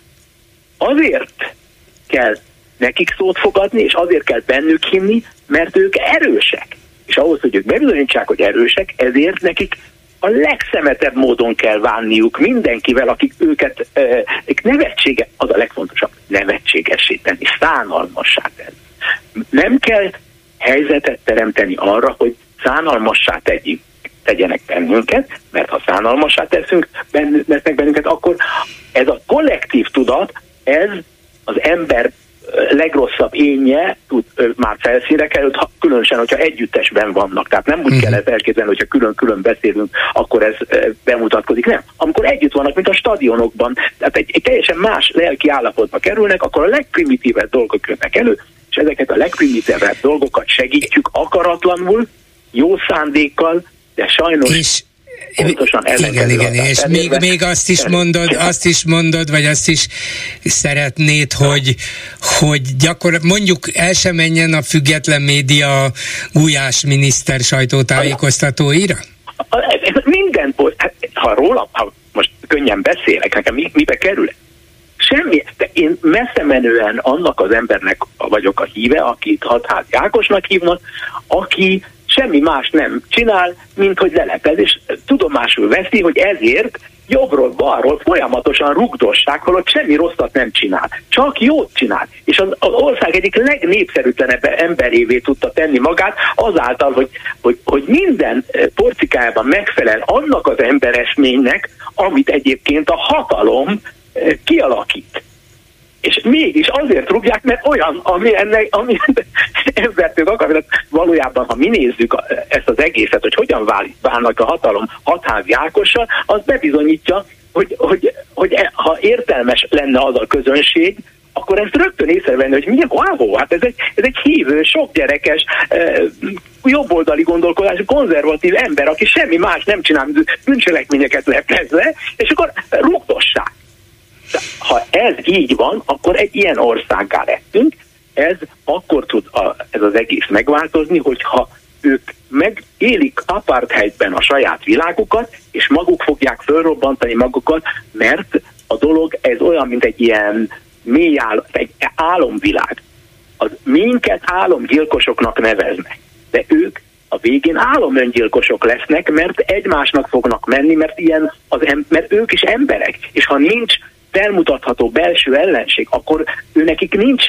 azért kell nekik szót fogadni, és azért kell bennük hinni, mert ők erősek. És ahhoz, hogy ők bebizonyítsák, hogy erősek, ezért nekik a legszemetebb módon kell bánniuk mindenkivel, akik őket az a legfontosabb, nevetségessé tenni, szánalmassá tenni. Nem kell helyzetet teremteni arra, hogy szánalmassá tegyenek bennünket, mert ha szánalmassá tesznek bennünket, akkor ez a kollektív tudat, ez az ember legrosszabb énje tud már felszínre került, különösen, hogyha együttesben vannak. Tehát nem úgy kell ezt elképzelni, hogyha külön-külön beszélünk, akkor ez bemutatkozik. Nem. Amikor együtt vannak, mint a stadionokban, tehát egy teljesen más lelki állapotba kerülnek, akkor a legprimitívebb dolgok jönnek elő, és ezeket a legprimitívebb dolgokat segítjük akaratlanul, jó szándékkal, de sajnos... És pontosan igen, és még azt is mondod, vagy azt is szeretnéd, hogy mondjuk el sem menjen a független média Gulyás miniszter sajtótájékoztatóira? Minden, ha most könnyen beszélek, nekem mibe kerül? Semmi, de én messze menően annak az embernek vagyok a híve, akit Hatházi Ákosnak hívnak, aki semmi más nem csinál, mint hogy lelepez, és tudomásul veszi, hogy ezért jobbról-balról folyamatosan rugdossák, holott semmi rosszat nem csinál. Csak jót csinál. És az ország egyik legnépszerűtlenebb emberévé tudta tenni magát azáltal, hogy minden porcikájában megfelel annak az embereszménynek, amit egyébként a hatalom kialakít. És mégis azért rúgják, mert olyan, ami embertől akar. Valójában, ha mi nézzük ezt az egészet, hogy hogyan válnak a hatalom Hatházi Ákossal, az bebizonyítja, hogy ha értelmes lenne az a közönség, akkor ezt rögtön észrevenni, hogy milyen, hát ez egy hívő, sok gyerekes, jobboldali gondolkodású, konzervatív ember, aki semmi más nem csinál, bűncselekményeket leplezve, és akkor rúgdossák. De ha ez így van, akkor egy ilyen országgá lettünk, ez akkor tud ez az egész megváltozni, hogyha ők megélik apartheidben a saját világukat, és maguk fogják fölrobbantani magukat, mert a dolog ez olyan, mint egy ilyen egy álomvilág. Minket álomgyilkosoknak neveznek, de ők a végén álomöngyilkosok lesznek, mert egymásnak fognak menni, mert ők is emberek, és ha nincs felmutatható belső ellenség, akkor őnekik nincs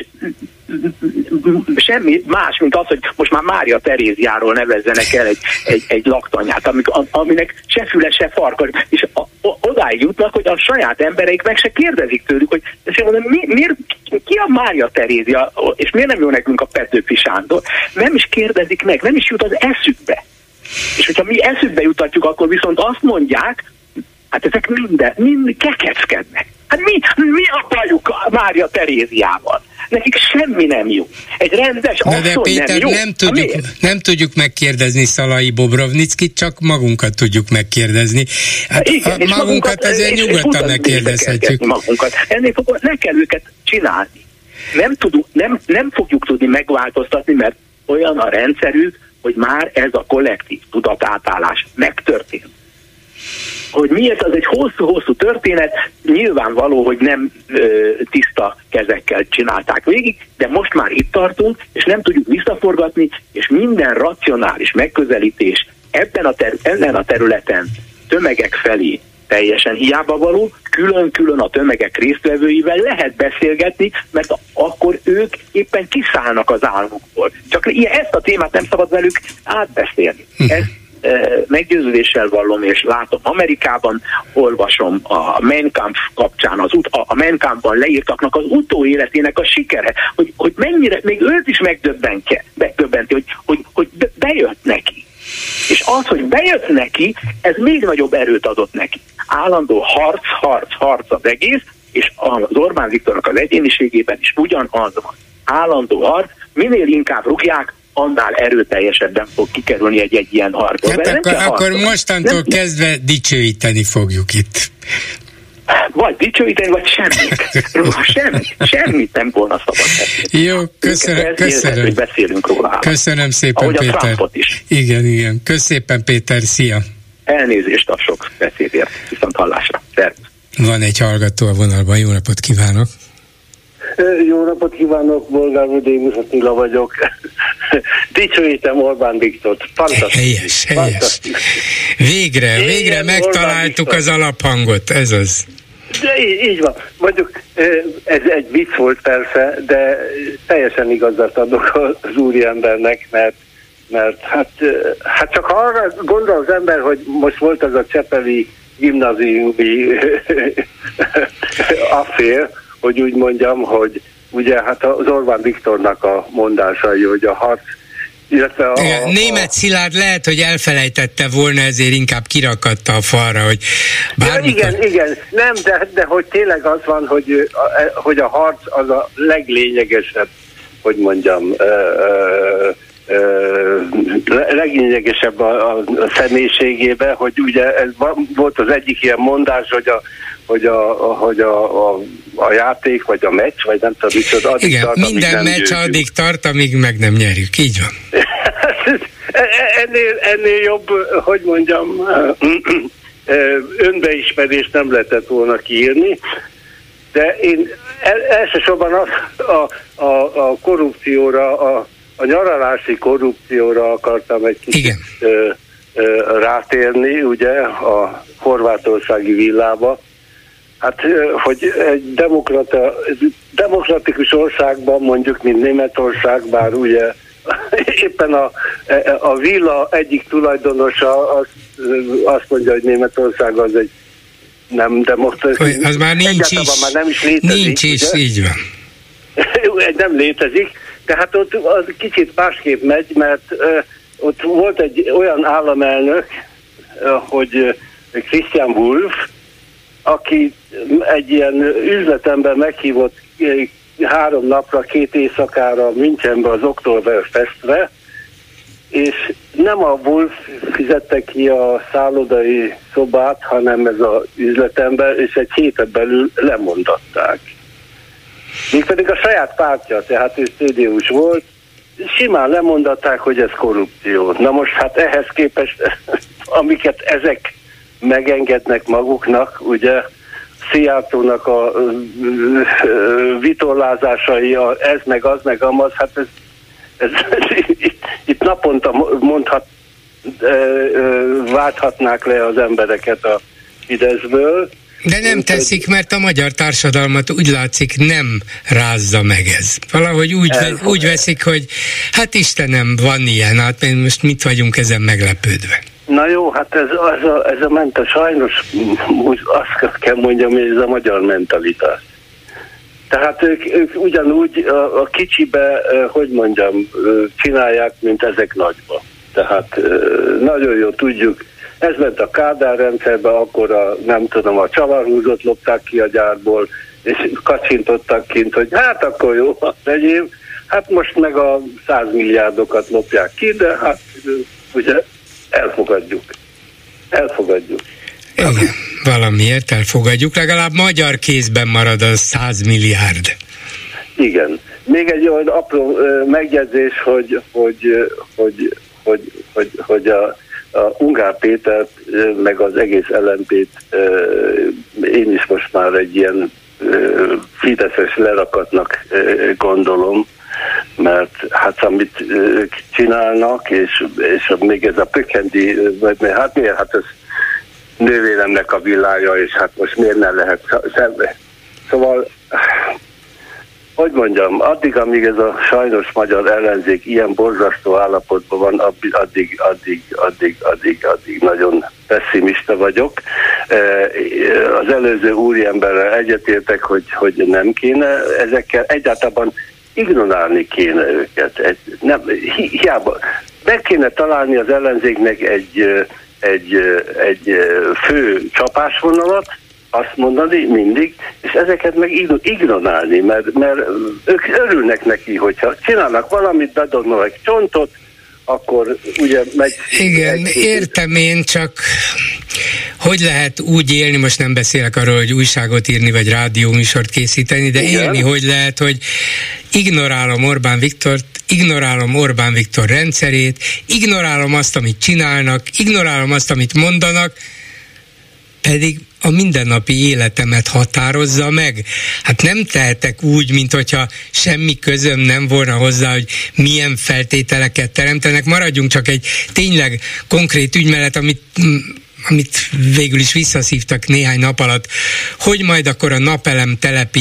semmi más, mint az, hogy most már Mária Teréziáról nevezzenek el egy laktanyát, aminek se füle, se farka, és odáig jutnak, hogy a saját embereik meg se kérdezik tőlük, hogy miért, ki a Mária Terézia, és miért nem jó nekünk a Petőfi Sándor? Nem is kérdezik meg, nem is jut az eszükbe. És hogyha mi eszükbe jutatjuk, akkor viszont azt mondják, hát ezek mind kekeckednek. Hát mi akarjuk Mária Teréziával? Nekik semmi nem jó. Egy rendes asszony de Péter, nem jó. Nem tudjuk megkérdezni Szalai Bobrovnickit, csak magunkat tudjuk megkérdezni. Hát igen, magunkat azért nyugodtan megkérdezhetjük. Magunkat. Ennél fogva ne kell őket csinálni. Nem fogjuk tudni megváltoztatni, mert olyan a rendszerük, hogy már ez a kollektív tudatátállás megtörtént. Hogy miért, az egy hosszú-hosszú történet, nyilvánvaló, hogy nem tiszta kezekkel csinálták végig, de most már itt tartunk, és nem tudjuk visszaforgatni, és minden racionális megközelítés ezen a területen tömegek felé teljesen hiába való, külön-külön a tömegek résztvevőivel lehet beszélgetni, mert akkor ők éppen kiszállnak az álmukból. Csak ezt a témát nem szabad velük átbeszélni. Ez meggyőződéssel vallom, és látom Amerikában, olvasom a Mein Kampf kapcsán, a Mein Kampfban leírtaknak az utóéletének a sikere, hogy mennyire, még őt is megdöbbenti, hogy bejött neki. És az, hogy bejött neki, ez még nagyobb erőt adott neki. Állandó harc az egész, és az Orbán Viktornak az egyéniségében is ugyanaz van. Állandó harc, minél inkább rúgják, annál erőteljesebben fog kikerülni egy ilyen harcba. Hát akkor mostantól kezdve dicsőíteni fogjuk itt. Vagy dicsőíteni, vagy semmit nem volna szabad beszélni. Jó, köszönöm. Hogy beszélünk róla. Köszönöm szépen, ahogy Péter. A Trumpot is. Igen. Köszönöm szépen, Péter, szia. Elnézést a sok beszédért, viszont hallásra. Szervusz. Van egy hallgató a vonalban, jó napot kívánok. Jó napot kívánok, Bolgár Démus Attila vagyok. Dicsőítem Orbán Viktort. Helyes. Végre megtaláltuk az alaphangot, ez az. De így van. Mondjuk ez egy vicc volt persze, de teljesen igazat adok az úriembernek, mert hát csak arra gondol az ember, hogy most volt az a csepeli gimnáziumi affér, hogy úgy mondjam, hogy ugye hát az Orbán Viktornak a mondásai, hogy a harc, illetve Németh Szilárd lehet, hogy elfelejtette volna, ezért inkább kirakatta a falra, hogy bármikor... Igen, nem, de hogy tényleg az van, hogy a harc az a leglényegesebb, hogy mondjam, leglényegesebb a személyiségében, hogy ugye ez volt az egyik ilyen mondás, hogy a játék, vagy a meccs, vagy nem tudom, micsoda, addig igen, tart, minden meccs győzünk. Addig tart, amíg meg nem nyerjük, így van. ennél jobb, hogy mondjam, önbeismerést nem lehetett volna kiírni, de én elsősorban a korrupcióra, a nyaralási korrupcióra akartam egy kicsit rátérni, ugye, a horvátországi villába. Hát, hogy egy demokratikus országban, mondjuk, mint Németország, bár ugye éppen a villa egyik tulajdonosa azt mondja, hogy Németország az egy nem demokratikus. Az már nincs is. Már nem is létezik. Nincs is, ugye? Így van. Nem létezik, tehát ott az kicsit másképp megy, mert ott volt egy olyan államelnök, hogy Christian Wulff, aki egy ilyen üzletemben meghívott 3 napra, 2 éjszakára Münchenbe az Oktoberfestre, és nem a Wolf fizette ki a szállodai szobát, hanem ez az üzletember, és egy héten belül lemondatták. Mégpedig a saját pártja, tehát ő CDU-s volt, simán lemondatták, hogy ez korrupció. Na most hát ehhez képest, amiket ezek megengednek maguknak, ugye Szijjártónak a vitorlázásai, ez meg az meg amaz, hát ez itt naponta válthatnák le az embereket a Fideszből. De nem teszik, mert a magyar társadalmat úgy látszik nem rázza meg ez. Valahogy úgy veszik, hogy hát Istenem, van ilyen, hát most mit vagyunk ezen meglepődve. Na jó, hát ez a mente, sajnos azt kell mondjam, hogy ez a magyar mentalitás. Tehát ők ugyanúgy a kicsibe, hogy mondjam, csinálják, mint ezek nagyba. Tehát nagyon jól tudjuk, ez ment a Kádár rendszerben, akkor a csavarhúzót lopták ki a gyárból, és kacsintottak kint, hogy hát akkor jó, legyél. Hát most meg a 100 milliárdokat lopják ki, de hát ugye elfogadjuk. Igen, valamiért elfogadjuk, legalább magyar kézben marad a 100 milliárd. Igen. Még egy olyan apró megjegyzés, hogy a Ungár Pétert, meg az egész LMP-t én is most már egy ilyen fideszes lerakatnak gondolom, mert hát amit csinálnak, és még ez a Pökendi, hát miért, hát ez nővéremnek a villája, és hát most miért nem lehet szembe. Szóval, hogy mondjam, addig, ez a sajnos magyar ellenzék ilyen borzasztó állapotban van, addig nagyon pessimista vagyok. Az előző úriemberrel egyetértek, hogy nem kéne ezekkel, egyáltalán ignorálni kéne őket. Hiába. Meg kéne találni az ellenzéknek egy fő csapásvonalat, azt mondani mindig, és ezeket meg ignorálni, mert ők örülnek neki, hogyha csinálnak valamit, bedobnak egy csontot, akkor ugye megy... Igen, értem én, csak hogy lehet úgy élni, most nem beszélek arról, hogy újságot írni, vagy rádióműsort készíteni, de igen, élni hogy lehet, hogy ignorálom Orbán Viktort, ignorálom Orbán Viktor rendszerét, ignorálom azt, amit csinálnak, ignorálom azt, amit mondanak, pedig a mindennapi életemet határozza meg. Hát nem tehetek úgy, mint hogyha semmi közöm nem volna hozzá, hogy milyen feltételeket teremtenek. Maradjunk csak egy tényleg konkrét ügy mellett, amit végül is visszaszívtak néhány nap alatt, hogy majd akkor a napelem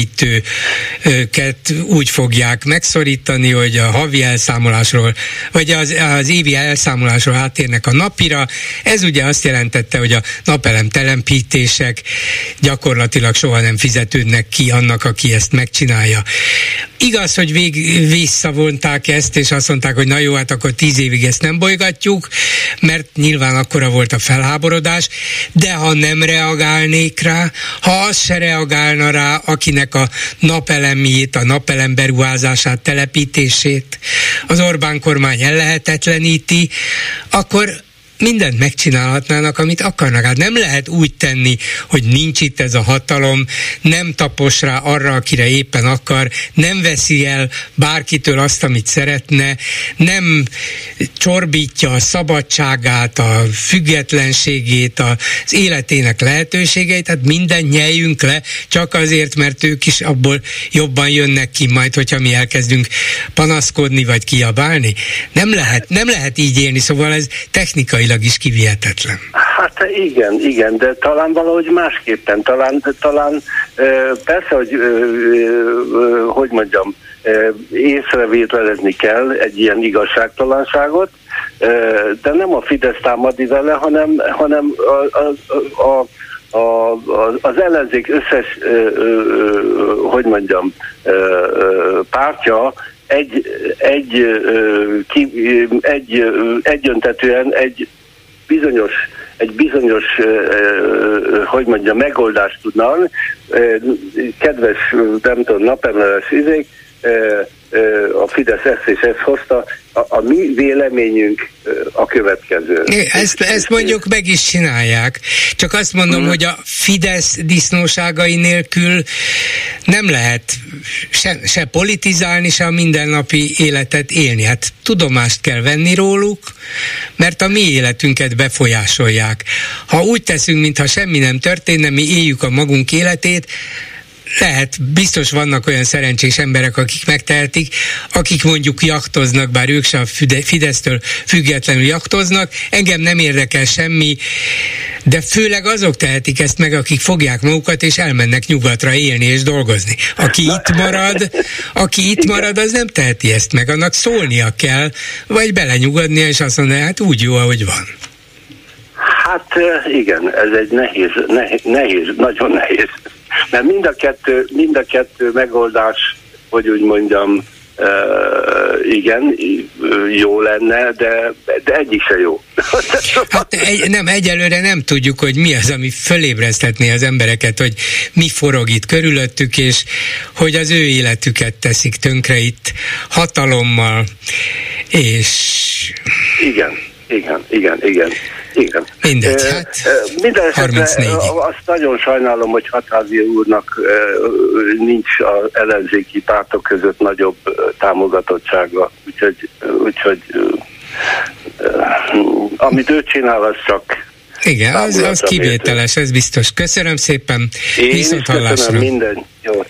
telepítőket úgy fogják megszorítani, hogy a havi elszámolásról, vagy az évi elszámolásról átérnek a napira. Ez ugye azt jelentette, hogy a napelem telepítések gyakorlatilag soha nem fizetődnek ki annak, aki ezt megcsinálja. Igaz, hogy visszavonták ezt, és azt mondták, hogy na jó, hát akkor 10 évig ezt nem bolygatjuk, mert nyilván akkora volt a felháborodás, de ha nem reagálnék rá, ha az se reagálna rá, akinek a napelemjét, a napelem beruházását, telepítését az Orbán kormány ellehetetleníti, akkor mindent megcsinálhatnának, amit akarnak. Hát nem lehet úgy tenni, hogy nincs itt ez a hatalom, nem tapos rá arra, akire éppen akar, nem veszi el bárkitől azt, amit szeretne, nem csorbítja a szabadságát, a függetlenségét, az életének lehetőségeit, hát mindent nyeljünk le, csak azért, mert ők is abból jobban jönnek ki majd, hogyha mi elkezdünk panaszkodni, vagy kiabálni. Nem lehet így élni, szóval ez technikai is kivihetetlen. Hát igen, de talán valahogy másképpen, talán persze, hogy mondjam, észrevételezni kell egy ilyen igazságtalanságot, de nem a Fidesz támadni vele, hanem az ellenzék összes, hogy mondjam, pártja egyöntetően egy bizonyos egy bizonyos, hogy mondja, megoldást tudna adni. Kedves, nem tudom, napemeles izék, a Fidesz ezt és ezt hozta, a mi véleményünk a következő. Ezt mondjuk meg is csinálják. Csak azt mondom, hogy a Fidesz disznóságai nélkül nem lehet se politizálni, se a mindennapi életet élni. Hát tudomást kell venni róluk, mert a mi életünket befolyásolják. Ha úgy teszünk, mintha semmi nem történne, mi éljük a magunk életét, lehet, biztos vannak olyan szerencsés emberek, akik megtehetik, akik mondjuk jachtoznak, bár ők sem a Fidesztől függetlenül jachtoznak, engem nem érdekel semmi, de főleg azok tehetik ezt meg, akik fogják magukat és elmennek nyugatra élni és dolgozni. Aki itt marad, az nem teheti ezt meg, annak szólnia kell, vagy belenyugodnia és azt mondani, hát úgy jó, ahogy van. Hát igen, ez egy nehéz, nagyon nehéz. Mert mind a kettő megoldás, hogy úgy mondjam, igen, jó lenne, de egyik se jó. Hát egyelőre nem tudjuk, hogy mi az, ami fölébreszthetné az embereket, hogy mi forog itt körülöttük, és hogy az ő életüket teszik tönkre itt hatalommal, és... Igen. Mindegy, hát minden 34. Azt nagyon sajnálom, hogy Hatházi úrnak nincs az ellenzéki pártok között nagyobb támogatottsága, úgyhogy amit ő csinál, az csak... Igen, az kivételes, ez biztos. Köszönöm szépen, viszont hallásra. Köszönöm, minden jó.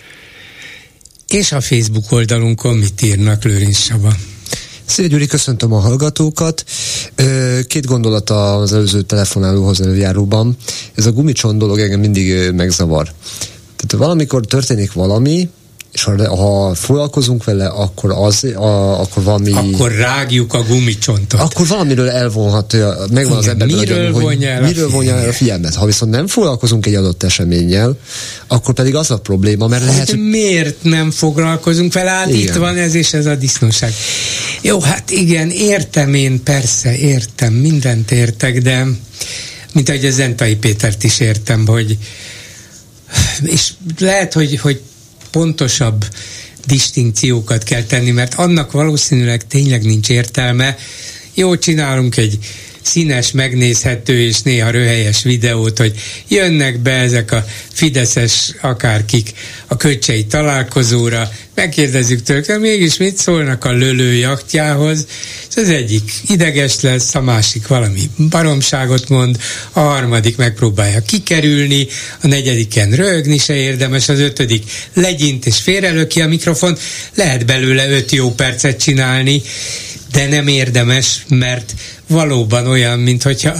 És a Facebook oldalunkon mit írnak, Lőrinc Csaba? Szia Gyuri, köszöntöm a hallgatókat. Két gondolat az előző telefonálóhoz előjáróban. Ez a gumicsont dolog engem mindig megzavar. Tehát valamikor történik valami, és ha foglalkozunk vele, akkor akkor valami... Akkor rágjuk a gumicsontot. Akkor valamiről elvonhat, megvan az emberben, miről vonja el a figyelmet. Ha viszont nem foglalkozunk egy adott eseménnyel, akkor pedig az a probléma, mert lehet, hogy... Miért nem foglalkozunk vele? Hát itt van ez és ez a disznóság. Jó, hát igen, értem én, persze, értem, mindent értek, de mint ahogy a Zentai Pétert is értem, hogy és lehet, hogy pontosabb distinkciókat kell tenni, mert annak valószínűleg tényleg nincs értelme. Jó, csinálunk egy színes, megnézhető és néha röhelyes videót, hogy jönnek be ezek a fideszes akárkik a Köcsei találkozóra, megkérdezzük tőlük, mégis mit szólnak a Lölő jachtjához, és az egyik ideges lesz, a másik valami baromságot mond, a harmadik megpróbálja kikerülni, a negyediken röhögni se érdemes, az ötödik legyint és félrelöki a mikrofont, lehet belőle 5 jó percet csinálni, de nem érdemes, mert valóban olyan, mint hogyha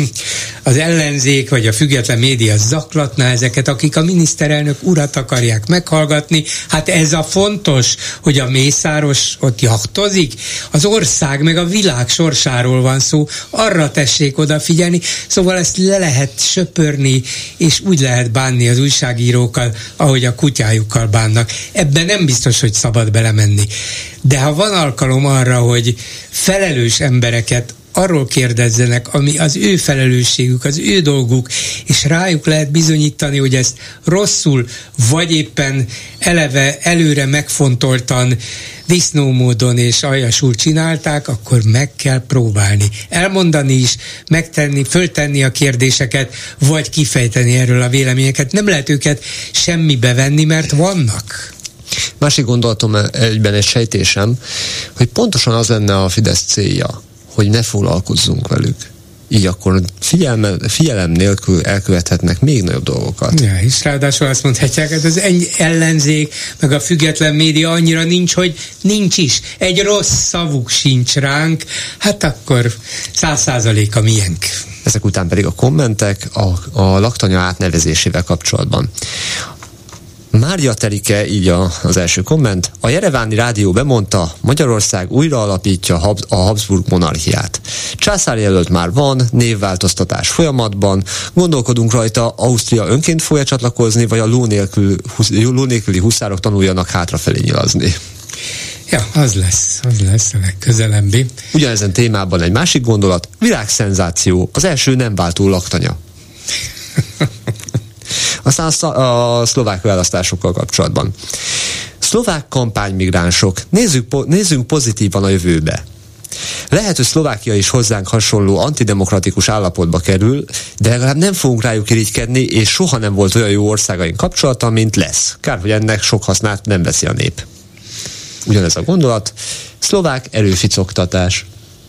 az ellenzék vagy a független média zaklatná ezeket, akik a miniszterelnök urat akarják meghallgatni. Hát ez a fontos, hogy a Mészáros ott jachtozik, az ország meg a világ sorsáról van szó, arra tessék odafigyelni, szóval ezt le lehet söpörni, és úgy lehet bánni az újságírókkal, ahogy a kutyájukkal bánnak. Ebben nem biztos, hogy szabad belemenni. De ha van alkalom arra, hogy felelős embereket arról kérdezzenek, ami az ő felelősségük, az ő dolguk, és rájuk lehet bizonyítani, hogy ezt rosszul, vagy éppen eleve előre megfontoltan, disznómódon és aljasul csinálták, akkor meg kell próbálni. Elmondani is, megtenni, föltenni a kérdéseket, vagy kifejteni erről a véleményeket. Nem lehet őket semmibe venni, mert vannak. Másik gondolatom egyben egy sejtésem, hogy pontosan az lenne a Fidesz célja, hogy ne foglalkozzunk velük. Így akkor figyelem nélkül elkövethetnek még nagyobb dolgokat. Ja, és ráadásul azt mondhatják, hogy az ellenzék, meg a független média annyira nincs, hogy nincs is. Egy rossz szavuk sincs ránk, hát akkor 100% a miénk. Ezek után pedig a kommentek a laktanya átnevezésével kapcsolatban. Mária Terike, így az első komment. A Jereváni Rádió bemondta, Magyarország újra alapítja a Habsburg monarchiát. Császárjelölt már van, névváltoztatás folyamatban, gondolkodunk rajta, Ausztria önként fogja csatlakozni, vagy a ló nélküli huszárok tanuljanak hátrafelé nyilazni. Ja, az lesz a legközelebbi. Ugyanezen témában egy másik gondolat, világszenzáció, az első nem váltó laktanya. Aztán a szlovák választásokkal kapcsolatban. Szlovák kampánymigránsok, nézzünk pozitívan a jövőbe. Lehet, hogy Szlovákia is hozzánk hasonló antidemokratikus állapotba kerül, de legalább nem fogunk rájuk irigykedni, és soha nem volt olyan jó országaink kapcsolata, mint lesz. Kár, hogy ennek sok hasznát nem veszi a nép. Ugyanez a gondolat. Szlovák erőficoktatás.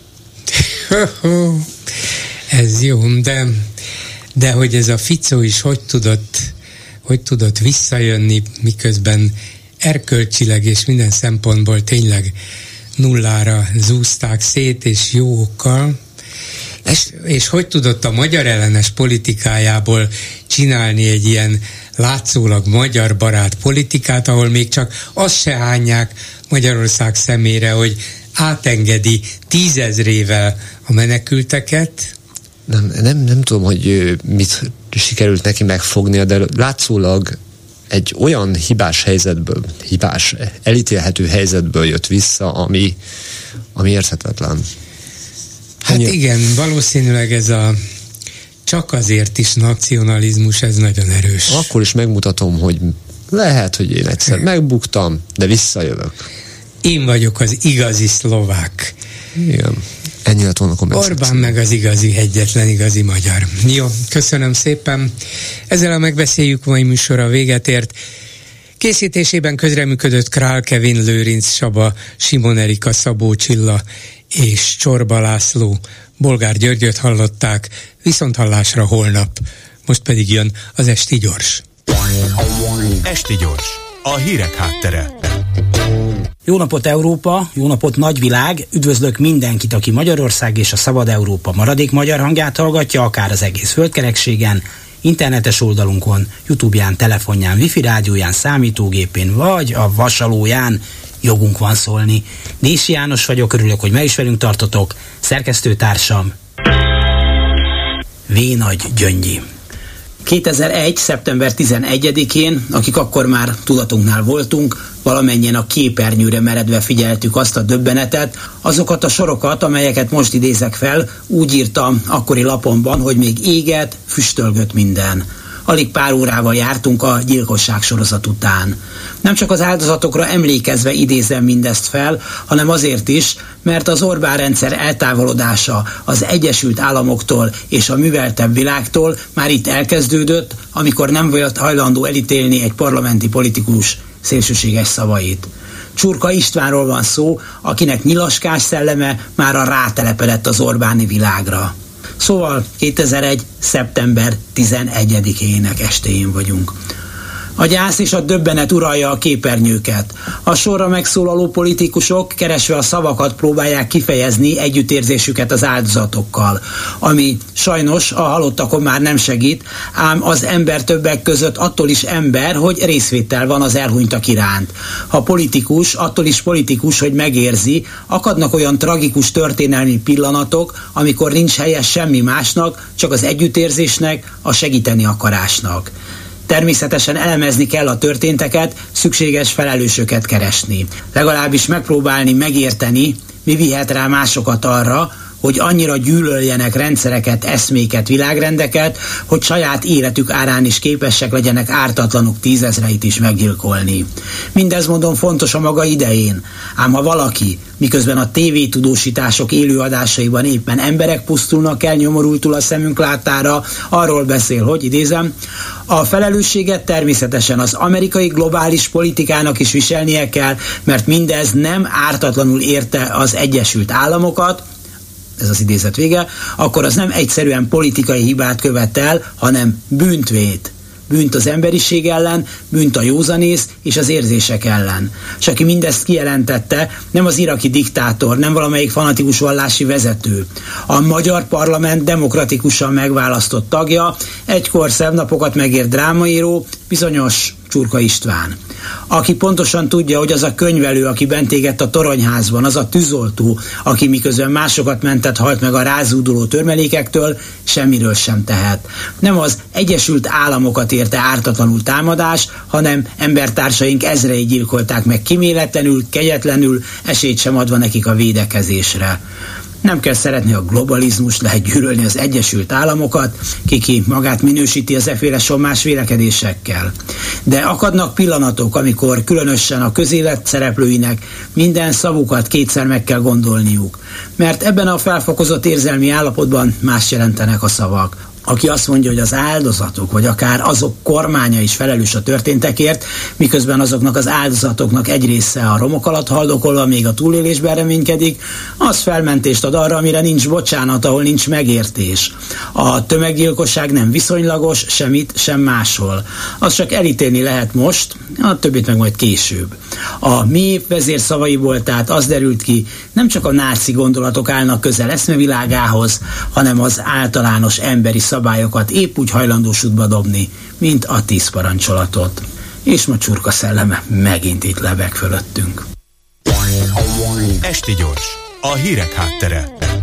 Ez jó, de hogy ez a Fico is hogy tudott visszajönni, miközben erkölcsileg és minden szempontból tényleg nullára zúzták szét, és jó okkal, és hogy tudott a magyar ellenes politikájából csinálni egy ilyen látszólag magyar barát politikát, ahol még csak azt se hányják Magyarország szemére, hogy átengedi 10 000-ével a menekülteket. Nem tudom, hogy mit sikerült neki megfognia, de látszólag egy olyan hibás, elítélhető helyzetből jött vissza, ami érthetetlen. Hát igen, valószínűleg ez a csak azért is nacionalizmus, ez nagyon erős. Akkor is megmutatom, hogy lehet, hogy én egyszer megbuktam, de visszajövök. Én vagyok az igazi szlovák. Igen. Ennyi lett volna komment. Orbán meg az igazi, egyetlen igazi magyar. Jó, köszönöm szépen. Ezzel a megbeszéljük mai műsora véget ért. Készítésében közreműködött Král Kevin, Lőrinc Saba, Simon Erika, Szabó Csilla és Csorba László. Bolgár Györgyöt hallották, viszonthallásra holnap. Most pedig jön az Esti Gyors. Esti Gyors, a hírek háttere. Jó napot Európa, jó napot nagyvilág, üdvözlök mindenkit, aki Magyarország és a Szabad Európa maradék magyar hangját hallgatja, akár az egész földkerekségen, internetes oldalunkon, YouTube-ján, telefonján, wifi rádióján, számítógépén, vagy a vasalóján. Jogunk van szólni. Dési János vagyok, örülök, hogy meg is velünk tartotok. Szerkesztőtársam V. Nagy Gyöngyi. 2001. szeptember 11-én, akik akkor már tudatunknál voltunk, valamennyien a képernyőre meredve figyeltük azt a döbbenetet, azokat a sorokat, amelyeket most idézek fel, úgy írtam akkori lapomban, hogy még éget, füstölgött minden. Alig pár órával jártunk a gyilkosság sorozat után. Nem csak az áldozatokra emlékezve idézem mindezt fel, hanem azért is, mert az Orbán rendszer eltávolodása az Egyesült Államoktól és a műveltebb világtól már itt elkezdődött, amikor nem volt hajlandó elítélni egy parlamenti politikus szélsőséges szavait. Csurka Istvánról van szó, akinek nyilaskás szelleme mára rátelepedett az Orbáni világra. Szóval 2001. szeptember 11-ének estéjén vagyunk. A gyász és a döbbenet uralja a képernyőket. A sorra megszólaló politikusok keresve a szavakat próbálják kifejezni együttérzésüket az áldozatokkal, ami sajnos a halottakon már nem segít, ám az ember többek között attól is ember, hogy részvétel van az elhunytak iránt. Ha politikus, attól is politikus, hogy megérzi, akadnak olyan tragikus történelmi pillanatok, amikor nincs helye semmi másnak, csak az együttérzésnek, a segíteni akarásnak. Természetesen elemezni kell a történteket, szükséges felelősöket keresni. Legalábbis megpróbálni megérteni, mi vihet rá másokat arra, hogy annyira gyűlöljenek rendszereket, eszméket, világrendeket, hogy saját életük árán is képesek legyenek ártatlanok 10 000-eit is meggyilkolni. Mindez mondom fontos a maga idején, ám ha valaki, miközben a tévétudósítások élőadásaiban éppen emberek pusztulnak el nyomorultul a szemünk láttára, arról beszél, hogy idézem, a felelősséget természetesen az amerikai globális politikának is viselnie kell, mert mindez nem ártatlanul érte az Egyesült Államokat, ez az idézet vége, akkor az nem egyszerűen politikai hibát követel, hanem bűnt vét. Bűnt az emberiség ellen, bűnt a józanész és az érzések ellen. És aki mindezt kijelentette, nem az iraki diktátor, nem valamelyik fanatikus vallási vezető. A magyar parlament demokratikusan megválasztott tagja, egykor szebb napokat megért drámaíró, bizonyos Csurka István, aki pontosan tudja, hogy az a könyvelő, aki bent égett a toronyházban, az a tűzoltó, aki miközben másokat mentett, halt meg a rázúduló törmelékektől, semmiről sem tehet. Nem az Egyesült Államokat érte ártatlanul támadás, hanem embertársaink ezrei gyilkolták meg kíméletlenül, kegyetlenül, esélyt sem adva nekik a védekezésre. Nem kell szeretni a globalizmust, lehet gyűlölni az Egyesült Államokat, ki magát minősíti az efféle sommás vélekedésekkel. De akadnak pillanatok, amikor különösen a közélet szereplőinek minden szavukat kétszer meg kell gondolniuk. Mert ebben a felfokozott érzelmi állapotban más jelentenek a szavak. Aki azt mondja, hogy az áldozatok, vagy akár azok kormánya is felelős a történtekért, miközben azoknak az áldozatoknak egy része a romok alatt haldokolva még a túlélésben reménykedik, az felmentést ad arra, amire nincs bocsánat, ahol nincs megértés. A tömeggyilkosság nem viszonylagos, semmit, sem máshol. Azt csak elítélni lehet most, a többit meg majd később. A mi vezér szavaiból tehát az derült ki, nem csak a náci gondolatok állnak közel eszmevilágához, hanem az általános emberi szabályokat épp úgy hajlandós útba dobni, mint a 10 parancsolatot. És ma Csurka szelleme megint itt lebeg fölöttünk. Esti Gyors, a hírek háttere.